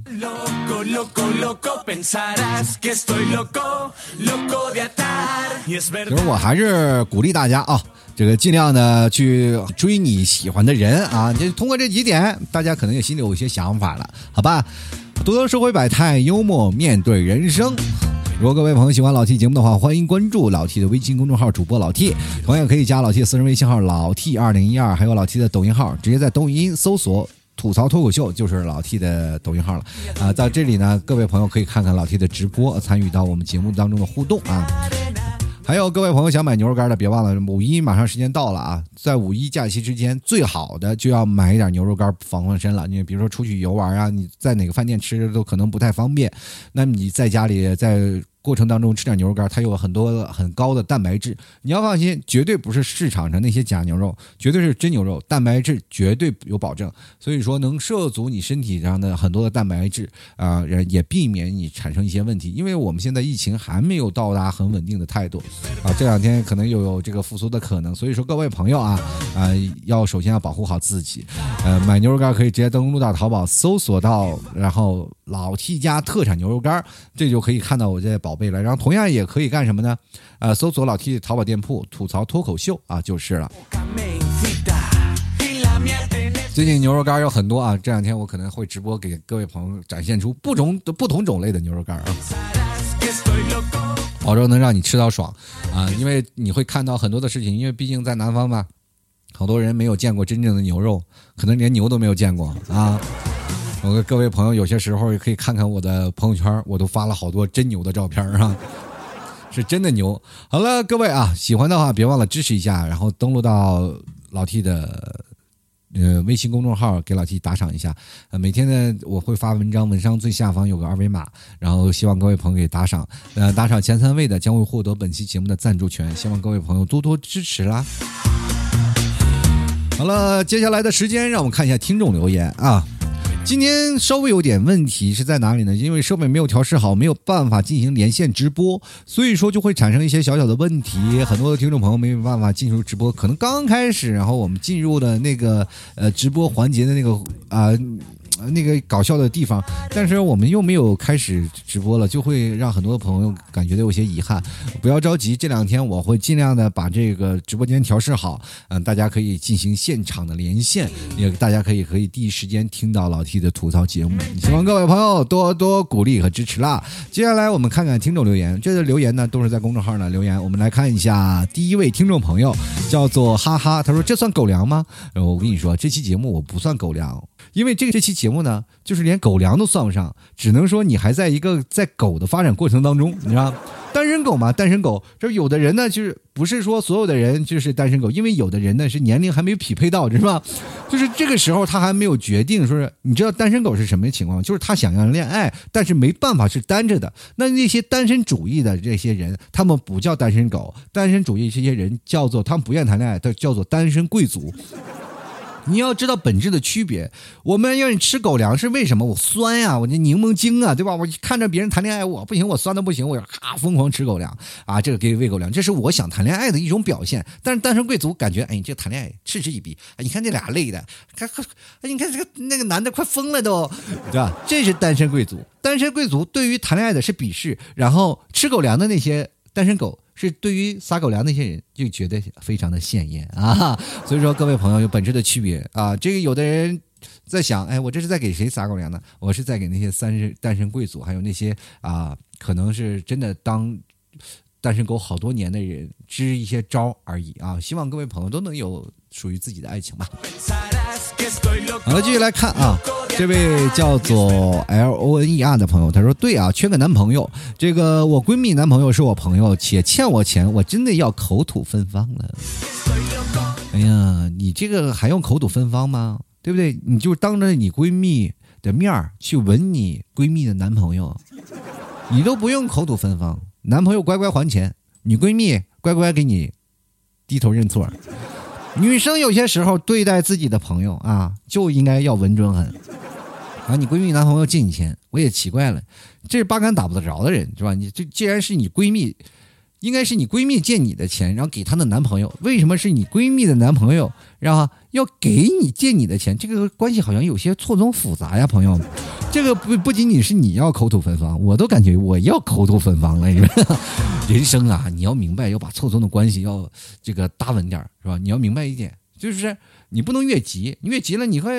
其实我还是鼓励大家这个尽量的去追你喜欢的人就通过这几点，大家可能也心里有一些想法了，好吧？多社会百态，幽默面对人生。如果各位朋友喜欢老 T 节目的话，欢迎关注老 T 的微信公众号主播老 T， 同样可以加老 T 的私人微信号老 T2012，还有老 T 的抖音号，直接在抖音搜索吐槽脱口秀就是老 T 的抖音号了在这里呢，各位朋友可以看看老 T 的直播，参与到我们节目当中的互动啊。还有各位朋友想买牛肉干的，别忘了五一马上时间到了啊，在五一假期之间，最好的就要买一点牛肉干防防身了。你比如说出去游玩啊，你在哪个饭店吃都可能不太方便，那么你在家里在过程当中吃点牛肉干，它有很多很高的蛋白质，你要放心，绝对不是市场上那些假牛肉，绝对是真牛肉，蛋白质绝对有保证，所以说能摄足你身体上的很多的蛋白质也避免你产生一些问题。因为我们现在疫情还没有到达很稳定的态度这两天可能又有这个复苏的可能，所以说各位朋友要首先要保护好自己。买牛肉干可以直接登录到淘宝搜索到，然后老 T 家特产牛肉干，这就可以看到我这宝贝了。然后同样也可以干什么呢？搜索老 T 淘宝店铺吐槽脱口秀就是了。最近牛肉干有很多这两天我可能会直播给各位朋友展现出不同种类的牛肉干保证能让你吃到爽因为你会看到很多的事情，因为毕竟在南方嘛，好多人没有见过真正的牛肉，可能连牛都没有见过我跟各位朋友有些时候也可以看看我的朋友圈，我都发了好多真牛的照片是真的牛。好了，各位喜欢的话别忘了支持一下，然后登录到老 T 的微信公众号给老 T 打赏一下每天呢我会发文章，文章最下方有个二维码，然后希望各位朋友给打赏打赏前3位的将会获得本期节目的赞助权，希望各位朋友多多支持啦。好了，接下来的时间让我们看一下听众留言今天稍微有点问题是在哪里呢？因为设备没有调试好，没有办法进行连线直播，所以说就会产生一些小小的问题，很多的听众朋友没有办法进入直播，可能刚开始然后我们进入的那个直播环节的那个搞笑的地方，但是我们又没有开始直播了，就会让很多的朋友感觉到有些遗憾。不要着急，这两天我会尽量的把这个直播间调试好大家可以进行现场的连线，也大家可以第一时间听到老 T 的吐槽节目，希望各位朋友多多鼓励和支持啦。接下来我们看看听众留言，这个留言呢都是在公众号呢留言，我们来看一下第一位听众朋友叫做哈哈，他说这算狗粮吗？我跟你说这期节目我不算狗粮，因为这期节目呢就是连狗粮都算不上，只能说你还在一个在狗的发展过程当中，你知道单身狗嘛，单身狗这有的人呢就是不是说所有的人就是单身狗，因为有的人呢是年龄还没有匹配到，是吧？就是这个时候他还没有决定说是你知道单身狗是什么情况，就是他想要恋爱但是没办法是单着的，那些单身主义的这些人他们不叫单身狗，单身主义这些人叫做他们不愿谈恋爱，他叫做单身贵族。你要知道本质的区别，我们愿意吃狗粮是为什么？我酸呀，我这柠檬精对吧？我看着别人谈恋爱，我不行，我酸的不行，我疯狂吃狗粮这个给喂狗粮，这是我想谈恋爱的一种表现。但是单身贵族感觉，你这谈恋爱嗤之以鼻，你看这俩累的，你看这个那个男的快疯了都，对吧？这是单身贵族。单身贵族对于谈恋爱的是鄙视，然后吃狗粮的那些单身狗是对于撒狗粮那些人就觉得非常的现眼所以说各位朋友有本质的区别这个有的人在想，我这是在给谁撒狗粮呢？我是在给那些单身贵族，还有那些可能是真的当单身狗好多年的人支一些招而已希望各位朋友都能有属于自己的爱情吧。好了，继续来看这位叫做 LONER 的朋友，他说对缺个男朋友，这个我闺蜜男朋友是我朋友且欠我钱，我真的要口吐芬芳了。哎呀，你这个还用口吐芬芳吗？对不对？你就当着你闺蜜的面去吻你闺蜜的男朋友，你都不用口吐芬芳，男朋友乖乖还钱，女闺蜜乖乖给你低头认错。女生有些时候对待自己的朋友就应该要稳准狠你闺蜜男朋友借你钱，我也奇怪了，这是八竿打不得着的人是吧？你这既然是你闺蜜，应该是你闺蜜借你的钱，然后给她的男朋友，为什么是你闺蜜的男朋友然后要给你借你的钱？这个关系好像有些错综复杂呀，朋友。这个不仅仅是你要口吐芬芳，我都感觉我要口吐芬芳了。人生你要明白，要把错综的关系要这个搭稳点是吧？你要明白一点，就是你不能越急，你越急了你会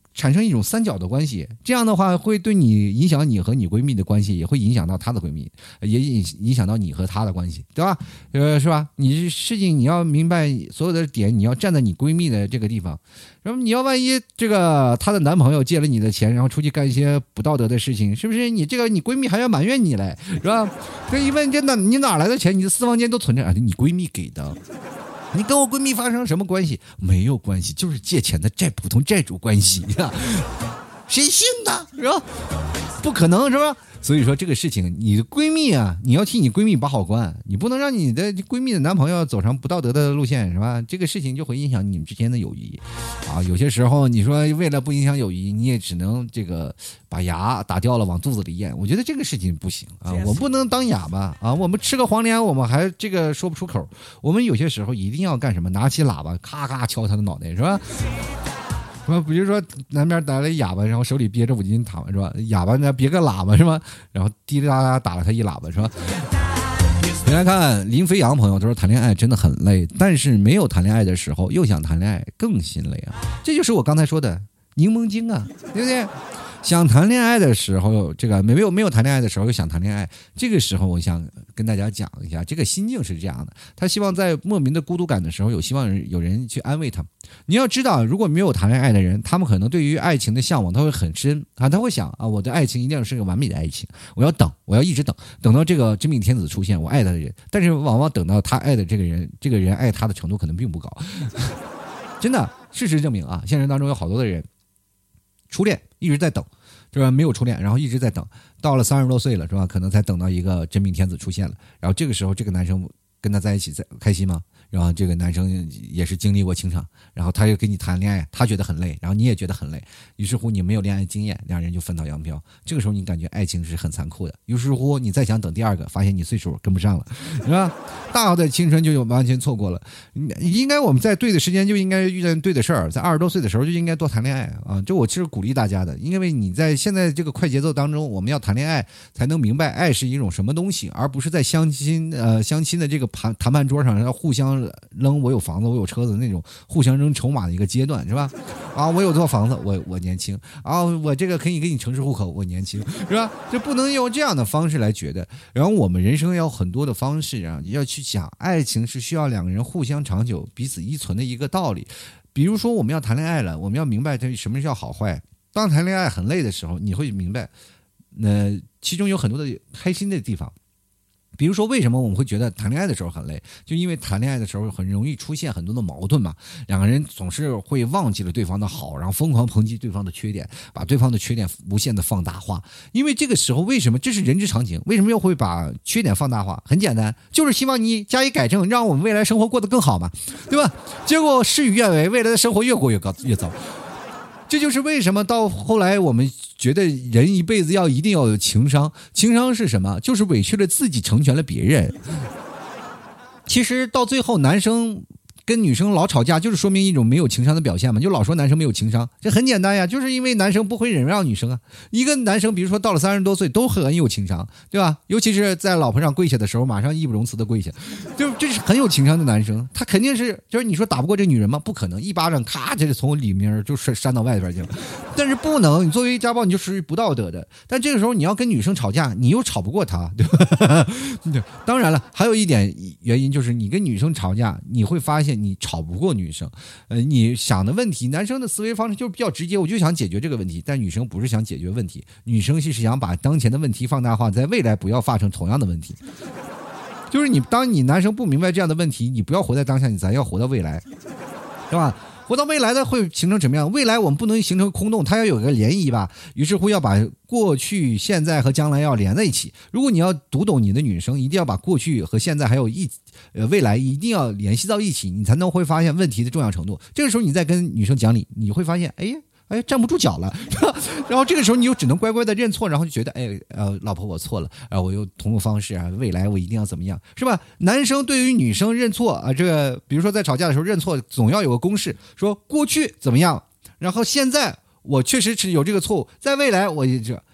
产生一种三角的关系，这样的话会对你影响你和你闺蜜的关系，也会影响到她的闺蜜，也影响到你和她的关系，对吧？是吧？你事情你要明白所有的点，你要站在你闺蜜的这个地方。然后你要万一这个她的男朋友借了你的钱，然后出去干一些不道德的事情，是不是？你闺蜜还要埋怨你嘞，是吧？这一问，真的你哪来的钱？你的私房钱都存着，你闺蜜给的。你跟我闺蜜发生什么关系？没有关系，就是借钱的普通债主关系，谁信的？是吧？不可能，是吧？所以说这个事情，你的闺蜜啊，你要替你闺蜜把好关，你不能让你的闺蜜的男朋友走上不道德的路线，是吧？这个事情就会影响你们之间的友谊啊。有些时候你说为了不影响友谊，你也只能这个把牙打掉了往肚子里咽。我觉得这个事情不行啊，我不能当哑巴啊。我们吃个黄连，我们还这个说不出口。我们有些时候一定要干什么？拿起喇叭咔咔敲他的脑袋，是吧？比如说南边来了一哑巴，然后手里憋着5斤糖，是吧？哑巴呢别个喇叭，是吧？然后滴滴答答打了他一喇叭，是吧？你来看林飞扬朋友，他说谈恋爱真的很累，但是没有谈恋爱的时候又想谈恋爱更心累啊！这就是我刚才说的柠檬精啊，对不对？想谈恋爱的时候，这个没有谈恋爱的时候又想谈恋爱，这个时候我想跟大家讲一下，这个心境是这样的：他希望在莫名的孤独感的时候，希望有人去安慰他。你要知道，如果没有谈恋爱的人，他们可能对于爱情的向往他会很深啊，他会想啊，我的爱情一定是个完美的爱情，我要等，我要一直等到这个真命天子出现，我爱他的人。但是往往等到他爱的这个人爱他的程度可能并不高。真的，事实证明啊，现实当中有好多的人初恋一直在等，是吧？没有初恋，然后一直在等，到了30多岁了，是吧？可能才等到一个真命天子出现了，然后这个时候这个男生跟他在一起开心吗？然后这个男生也是经历过情场，然后他又跟你谈恋爱，他觉得很累，然后你也觉得很累，于是乎你没有恋爱经验，两人就分道扬镳。这个时候你感觉爱情是很残酷的，于是乎你再想等第二个，发现你岁数跟不上了，是吧？大好的青春就完全错过了。应该我们在对的时间就应该遇见对的事儿，在20多岁的时候就应该多谈恋爱啊！这我其实鼓励大家的，因为你在现在这个快节奏当中，我们要谈恋爱才能明白爱是一种什么东西，而不是在相亲的这个谈判桌上要互相扔我有房子我有车子那种互相扔筹码的一个阶段，是吧？啊，我有座房子，我年轻啊，我这个可以给你城市户口，我年轻，是吧？就不能用这样的方式来觉得。然后我们人生要有很多的方式啊，要去讲爱情是需要两个人互相长久、彼此依存的一个道理。比如说我们要谈恋爱了，我们要明白这什么叫好坏。当谈恋爱很累的时候，你会明白，其中有很多的开心的地方。比如说为什么我们会觉得谈恋爱的时候很累，就因为谈恋爱的时候很容易出现很多的矛盾嘛，两个人总是会忘记了对方的好，然后疯狂抨击对方的缺点，把对方的缺点无限的放大化。因为这个时候为什么这是人之常情，为什么又会把缺点放大化？很简单，就是希望你加以改正，让我们未来生活过得更好嘛，对吧？结果事与愿违，未来的生活越过越糟。这就是为什么到后来我们觉得人一辈子一定要有情商。情商是什么？就是委屈了自己，成全了别人。其实到最后，男生跟女生老吵架，就是说明一种没有情商的表现嘛，就老说男生没有情商，这很简单呀，就是因为男生不会忍让女生啊。一个男生比如说到了30多岁都很有情商，对吧？尤其是在老婆上跪下的时候，马上义不容辞的跪下，就这是很有情商的男生。他肯定是就是你说打不过这女人吗？不可能，一巴掌咔，这是从里面就扇到外边去了。但是不能，你作为家暴你就属于不道德的。但这个时候你要跟女生吵架，你又吵不过她，对吧？当然了，还有一点原因就是你跟女生吵架，你会发现你吵不过女生，你想的问题，男生的思维方式就是比较直接，我就想解决这个问题，但女生不是想解决问题，女生是想把当前的问题放大化，在未来不要发生同样的问题。就是当你男生不明白这样的问题，你不要活在当下，咱要活到未来，是吧？活到未来的会形成什么样？未来我们不能形成空洞，它要有个涟漪吧。于是乎要把过去、现在和将来要连在一起。如果你要读懂你的女生，一定要把过去和现在还有未来一定要联系到一起，你才能会发现问题的重要程度。这个时候你再跟女生讲理，你会发现，哎，站不住脚了，然后这个时候你又只能乖乖的认错，然后就觉得，老婆我错了，我又同个方式啊，未来我一定要怎么样，是吧？男生对于女生认错啊，这个比如说在吵架的时候认错，总要有个公式，说过去怎么样，然后现在我确实是有这个错误，在未来我也这，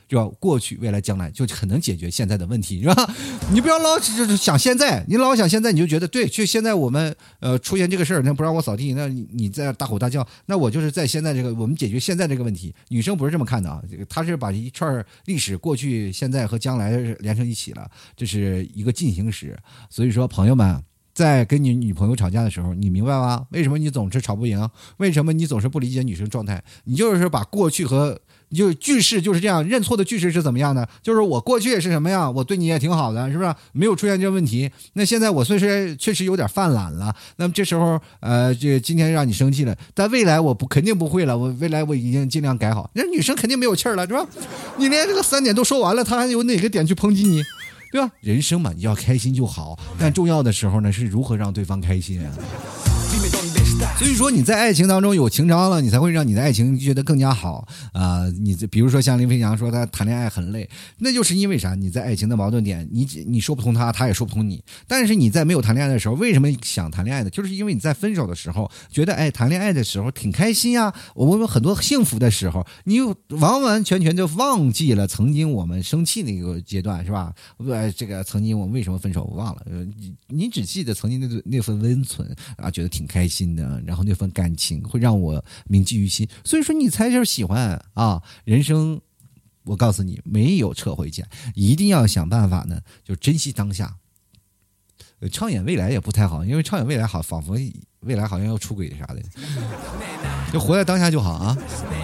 就要过去、未来、将来，就很能解决现在的问题，是吧？你不要老想现在，你老想现在，你就觉得对，就现在我们出现这个事儿，那不让我扫地，那你在大吼大叫，那我就是在现在这个我们解决现在这个问题。女生不是这么看的啊，她是把一串历史、过去、现在和将来连成一起了，这是一个进行时。所以说，朋友们。在跟你女朋友吵架的时候，你明白吗？为什么你总是吵不赢？为什么你总是不理解女生状态？你就是把过去和就句式就是这样，认错的句式是怎么样的？就是我过去也是什么样，我对你也挺好的，是不是？没有出现这个问题。那现在我确实有点犯懒了。那么这时候这今天让你生气了，但未来我肯定不会了。未来我已经尽量改好。那女生肯定没有气儿了，是吧？你连这个3点都说完了，她还有哪个点去抨击你？对吧？人生嘛，你要开心就好，但重要的时候呢，是如何让对方开心啊。所以说你在爱情当中有情商了，你才会让你的爱情觉得更加好你比如说像林飞翔说他谈恋爱很累，那就是因为啥？你在爱情的矛盾点，你说不通他，他也说不通你。但是你在没有谈恋爱的时候，为什么想谈恋爱的？就是因为你在分手的时候觉得谈恋爱的时候挺开心啊，我们有很多幸福的时候，你完完全全就忘记了曾经我们生气那个阶段，是吧？这个曾经我们为什么分手我忘了，你只记得曾经那份温存啊，觉得挺开心的，然后那份感情会让我铭记于心，所以说你才就是喜欢啊。人生我告诉你没有撤回键，一定要想办法呢，就珍惜当下。畅远未来也不太好，因为畅远未来好，仿佛未来好像要出轨啥的，就活在当下就好啊。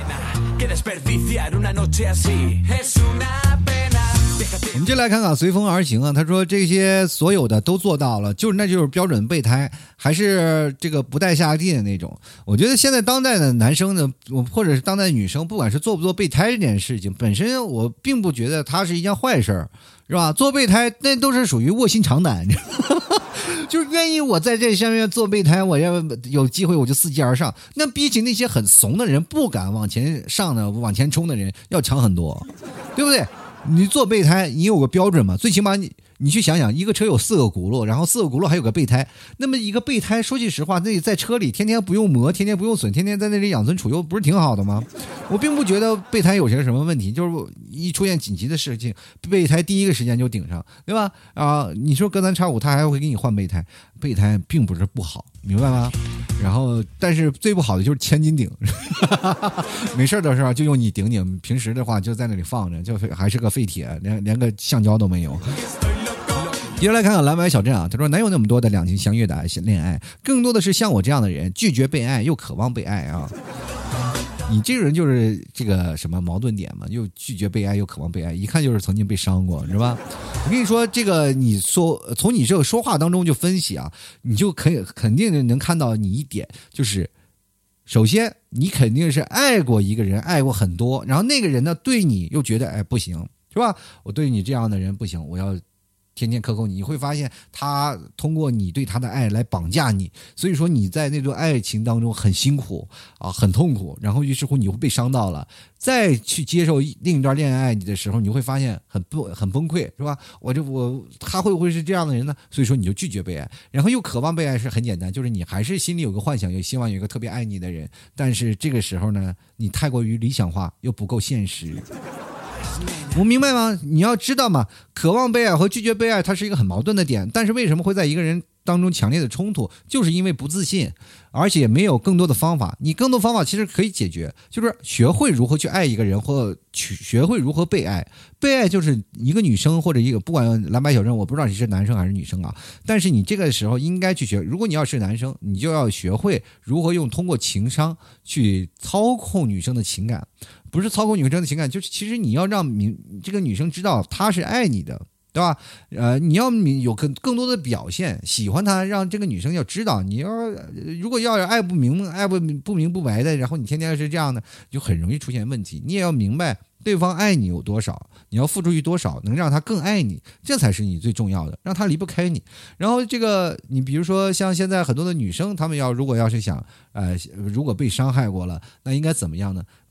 我们就来看看随风而行啊，他说这些所有的都做到了，那就是标准备胎，还是这个不带下地的那种。我觉得现在当代的男生呢，或者是当代的女生，不管是做不做备胎这件事情本身，我并不觉得它是一件坏事，是吧？做备胎那都是属于卧薪尝胆，就是愿意我在这上面做备胎，我要有机会我就伺机而上。那比起那些很怂的人不敢往前上的往前冲的人要强很多，对不对？你做备胎你有个标准嘛，最起码你去想想，一个车有4个轱辘，然后4个轱辘还有个备胎，那么一个备胎说句实话，那在车里天天不用磨，天天不用损，天天在那里养尊处优，不是挺好的吗？我并不觉得备胎有些什么问题，就是一出现紧急的事情，备胎第一个时间就顶上，对吧？你说隔三差五他还会给你换备胎，备胎并不是不好，明白吗？然后但是最不好的就是千斤顶没事的时候就用你顶顶，平时的话就在那里放着，就还是个废铁，连个橡胶都没有。接下来看看蓝白小镇啊，他说哪有那么多的两情相悦的恋爱，更多的是像我这样的人，拒绝被爱又渴望被爱啊。你这个人就是这个什么矛盾点嘛，又拒绝被爱又渴望被爱，一看就是曾经被伤过，是吧？我跟你说，这个你说从你这个说话当中就分析啊，你就肯定能看到你一点，就是首先你肯定是爱过一个人，爱过很多，然后那个人呢对你又觉得不行，是吧？我对你这样的人不行，我要天天克扣你，你会发现他通过你对他的爱来绑架你，所以说你在那段爱情当中很辛苦啊，很痛苦，然后于是乎你会被伤到了，再去接受另一段恋爱的时候，你会发现很崩溃，是吧？他会不会是这样的人呢？所以说你就拒绝被爱，然后又渴望被爱，是很简单，就是你还是心里有个幻想，也希望有一个特别爱你的人，但是这个时候呢，你太过于理想化，又不够现实。我明白吗？你要知道嘛，渴望被爱和拒绝被爱它是一个很矛盾的点，但是为什么会在一个人当中强烈的冲突，就是因为不自信，而且没有更多的方法。你更多方法其实可以解决，就是学会如何去爱一个人，或学会如何被爱。被爱就是一个女生或者一个不管蓝白小镇，我不知道你是男生还是女生啊，但是你这个时候应该去学，如果你要是男生，你就要学会如何通过情商去操控女生的情感，不是操控女生的情感，就是其实你要让这个女生知道她是爱你的，对吧？你要有更多的表现，喜欢她，让这个女生要知道，你如果要爱不明不白的，然后你天天是这样的，就很容易出现问题。你也要明白对方爱你有多少，你要付出去多少，能让他更爱你，这才是你最重要的，让他离不开你。然后这个你比如说像现在很多的女生，她们如果要是想如果被伤害过了，那应该怎么样呢？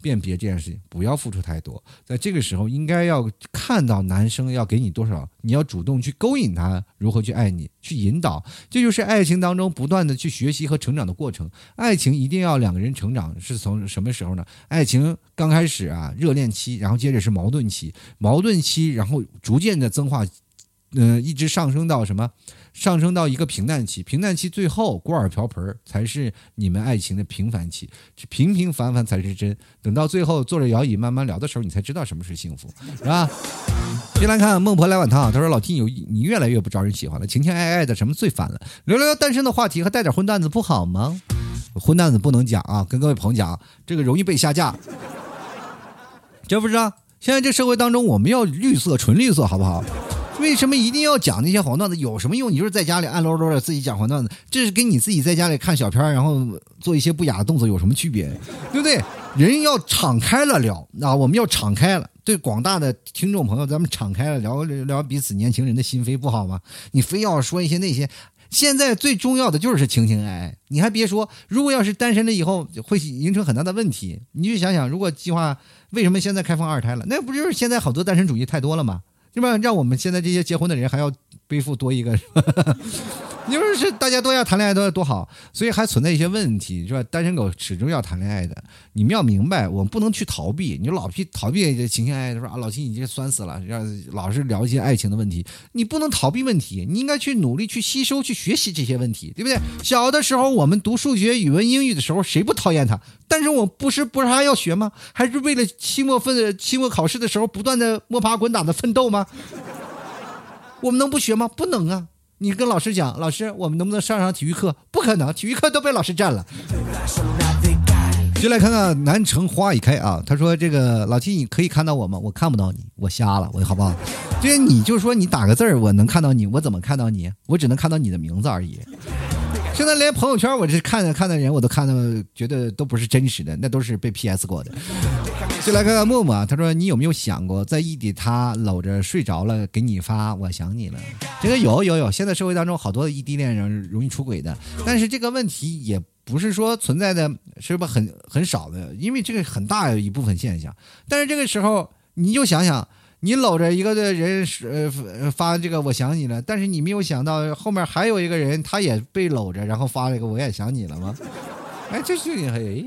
辨别这件事情，不要付出太多。在这个时候，应该要看到男生要给你多少，你要主动去勾引他，如何去爱你，去引导。这就是爱情当中不断的去学习和成长的过程。爱情一定要两个人成长，是从什么时候呢？爱情刚开始啊，热恋期，然后接着是矛盾期，然后逐渐的增化，一直上升到什么？上升到一个平淡期，平淡期最后锅碗瓢盆才是你们爱情的平凡期，平平凡凡才是真。等到最后坐着摇椅慢慢聊的时候，你才知道什么是幸福，是吧？先来看孟婆来碗汤，他说老 T 你越来越不招人喜欢了，情情爱爱的什么最烦了？聊聊单身的话题和带点荤段子不好吗？荤段子不能讲啊，跟各位朋友讲，这个容易被下架。知不知道？现在这社会当中，我们要绿色，纯绿色，好不好？为什么一定要讲那些黄段子？有什么用？你就是在家里暗搂搂的自己讲黄段子，这是跟你自己在家里看小片然后做一些不雅的动作有什么区别？对不对？人要敞开了聊啊，我们要敞开了，对广大的听众朋友，咱们敞开了聊聊彼此年轻人的心扉，不好吗？你非要说一些那些。现在最重要的就是情情爱爱，你还别说，如果要是单身了以后会形成很大的问题。你就想想，如果计划为什么现在开放二胎了，那不就是现在好多单身主义太多了吗？是吧？让我们现在这些结婚的人还要背负多一个，是吧？你说是大家都要谈恋爱都要多好，所以还存在一些问题，是吧？单身狗始终要谈恋爱的，你们要明白，我们不能去逃避。你老逃避这情情爱爱，说啊，老七你这酸死了，老是聊一些爱情的问题，你不能逃避问题，你应该去努力去吸收去学习这些问题，对不对？小的时候我们读数学、语文、英语的时候，谁不讨厌它？但是我不是还要学吗？还是为了期末考试的时候不断的摸爬滚打的奋斗吗？我们能不学吗？不能啊！你跟老师讲，老师，我们能不能上体育课？不可能，体育课都被老师占了。就来看看南城花已开啊，他说这个老七你可以看到我吗？我看不到你，我瞎了，我好不好？这你就说你打个字儿，我能看到你，我怎么看到你？我只能看到你的名字而已。现在连朋友圈我这看的人我都看到觉得都不是真实的，那都是被 PS 过的。就来看看默默啊，他说你有没有想过在异地他搂着睡着了给你发我想你了？这个有，现在社会当中好多异地恋人容易出轨的，但是这个问题也不是说存在的是吧很少的，因为这个很大一部分现象。但是这个时候你就想想，你搂着一个的人发这个我想你了，但是你没有想到后面还有一个人他也被搂着然后发了一个我也想你了吗？哎，这是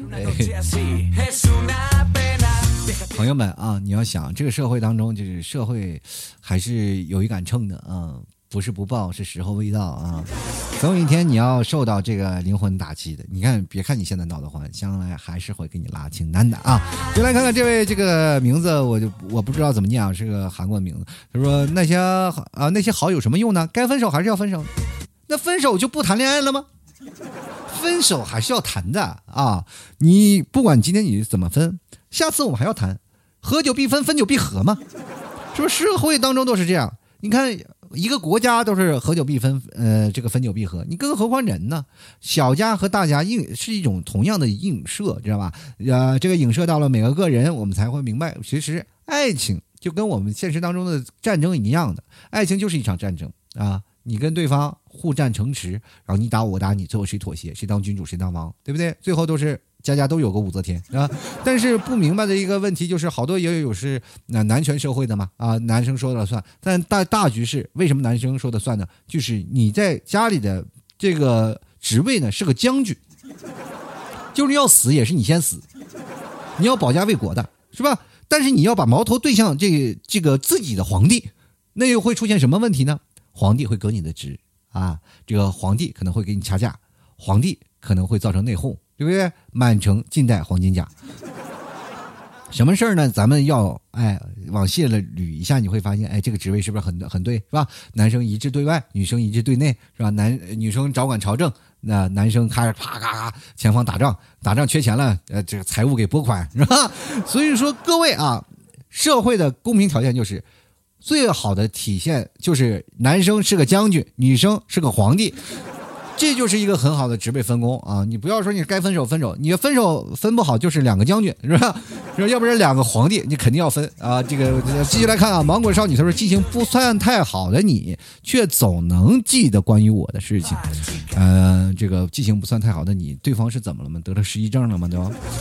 朋友们啊，你要想这个社会当中，就是社会还是有一杆秤的啊，不是不报，是时候未到啊。总有一天你要受到这个灵魂打击的。你看，别看你现在闹得欢，将来还是会给你拉清单的啊。就来看看这位这个名字，我不知道怎么念啊，是个韩国名字。他说那些好有什么用呢？该分手还是要分手，那分手就不谈恋爱了吗？分手还是要谈的啊！你不管今天你怎么分，下次我们还要谈，合久必分，分久必合嘛，是不是？社会当中都是这样。你看一个国家都是合久必分，这个分久必合，你更何况人呢？小家和大家是一种同样的映射，知道吧？这个影射到了每个人，我们才会明白，其实爱情就跟我们现实当中的战争一样的，爱情就是一场战争啊！你跟对方互战城池，然后你打我打你，最后谁妥协，谁当君主谁当王，对不对？最后都是家都有个武则天啊。但是不明白的一个问题就是，好多也有是男权社会的嘛啊，男生说了算。但大局是为什么男生说的算呢？就是你在家里的这个职位呢是个将军，就是要死也是你先死，你要保家卫国的是吧？但是你要把矛头对向这个自己的皇帝，那又会出现什么问题呢？皇帝会革你的职啊，这个皇帝可能会给你掐架，皇帝可能会造成内讧，对不对？满城尽带黄金甲。什么事儿呢？咱们要往细了捋一下，你会发现这个职位是不是很对，是吧？男生一致对外，女生一致对内，是吧？女生掌管朝政，那男生开始啪前方打仗缺钱了，这个财务给拨款，是吧？所以说各位啊，社会的公平条件就是最好的体现就是男生是个将军，女生是个皇帝，这就是一个很好的职位分工啊！你不要说你该分手，你分手分不好就是两个将军，是吧？要不然两个皇帝，你肯定要分啊！这个继续来看啊，芒果少女她说记性不算太好的你，却总能记得关于我的事情。这个记性不算太好的你，对方是怎么了吗？得了失忆症了吗？对吧？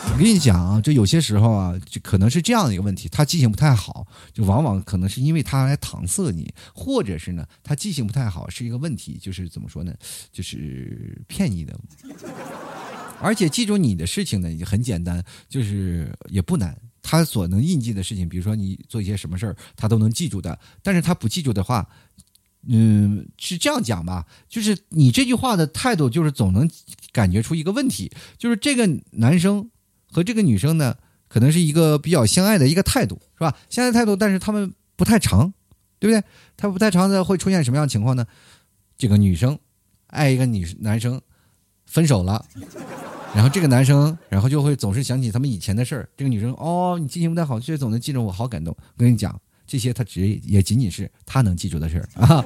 我跟你讲啊，这有些时候啊，就可能是这样的一个问题，他记性不太好，就往往可能是因为他来搪塞你，或者是呢，他记性不太好是一个问题，就是怎么说呢，就是骗你的。而且记住你的事情呢也很简单，就是也不难。他所能印记的事情，比如说你做一些什么事儿，他都能记住的。但是他不记住的话，是这样讲吧，就是你这句话的态度，就是总能感觉出一个问题，就是这个男生和这个女生呢，可能是一个比较相爱的一个态度，是吧？相爱的态度，但是他们不太长，对不对？他不太长的会出现什么样的情况呢？这个女生爱一个男生，分手了。然后这个男生，然后就会总是想起他们以前的事儿。这个女生，哦，你记性不太好，却总能记着我，好感动。我跟你讲，这些他也仅仅是他能记住的事儿啊。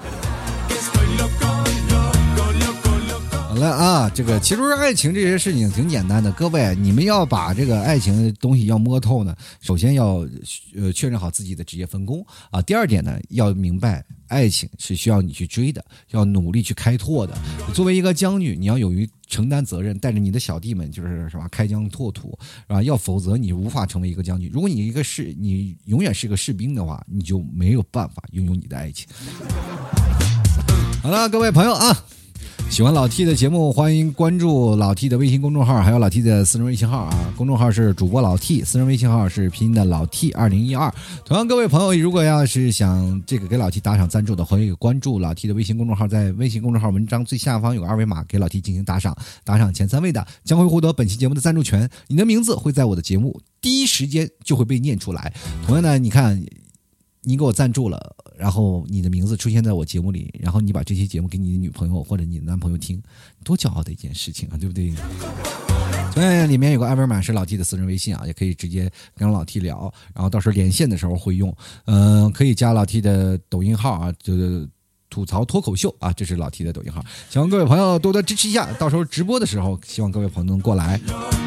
好了啊，这个其实爱情这些事情挺简单的，各位，你们要把这个爱情的东西要摸透呢，首先要确认好自己的职业分工啊。第二点呢，要明白爱情是需要你去追的，要努力去开拓的。作为一个将军，你要勇于承担责任，带着你的小弟们就是什么开疆拓土，是吧？要否则你无法成为一个将军。如果你你永远是个士兵的话，你就没有办法拥有你的爱情。好了，各位朋友啊。喜欢老 T 的节目，欢迎关注老 T 的微信公众号，还有老 T 的私人微信号啊。公众号是主播老 T， 私人微信号是拼音的老 T 2012。同样，各位朋友如果要是想这个给老 T 打赏赞助的，欢迎关注老 T 的微信公众号，在微信公众号文章最下方有个二维码，给老 T 进行打赏，打赏前3位的将会获得本期节目的赞助权，你的名字会在我的节目第一时间就会被念出来。同样呢，你看。你给我赞助了，然后你的名字出现在我节目里，然后你把这期节目给你的女朋友或者你的男朋友听，多骄傲的一件事情啊，对不对？对，里面有个二维码是老 T 的私人微信啊，也可以直接跟老 T 聊，然后到时候连线的时候会用。可以加老 T 的抖音号啊，就是吐槽脱口秀啊，这是老 T 的抖音号，希望各位朋友多多支持一下，到时候直播的时候，希望各位朋友能过来。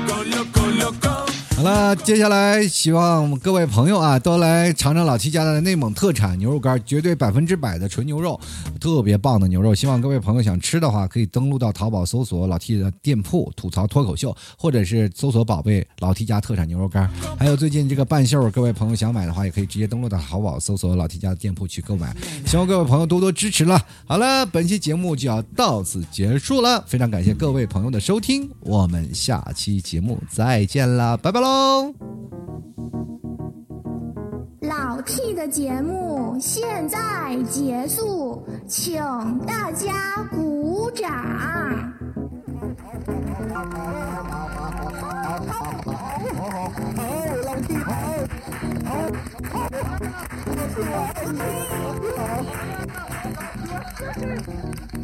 好了，接下来希望各位朋友啊都来尝尝老 T 家的内蒙特产牛肉干，绝对100%的纯牛肉，特别棒的牛肉。希望各位朋友想吃的话，可以登录到淘宝搜索老 T 的店铺吐槽脱口秀，或者是搜索宝贝老 T 家特产牛肉干。还有最近这个半袖，各位朋友想买的话，也可以直接登录到淘宝搜索老 T 家的店铺去购买。希望各位朋友多多支持了。好了，本期节目就要到此结束了，非常感谢各位朋友的收听，我们下期节目再见啦，拜拜喽。 老 T 的节目现在结束，请大家鼓掌。好，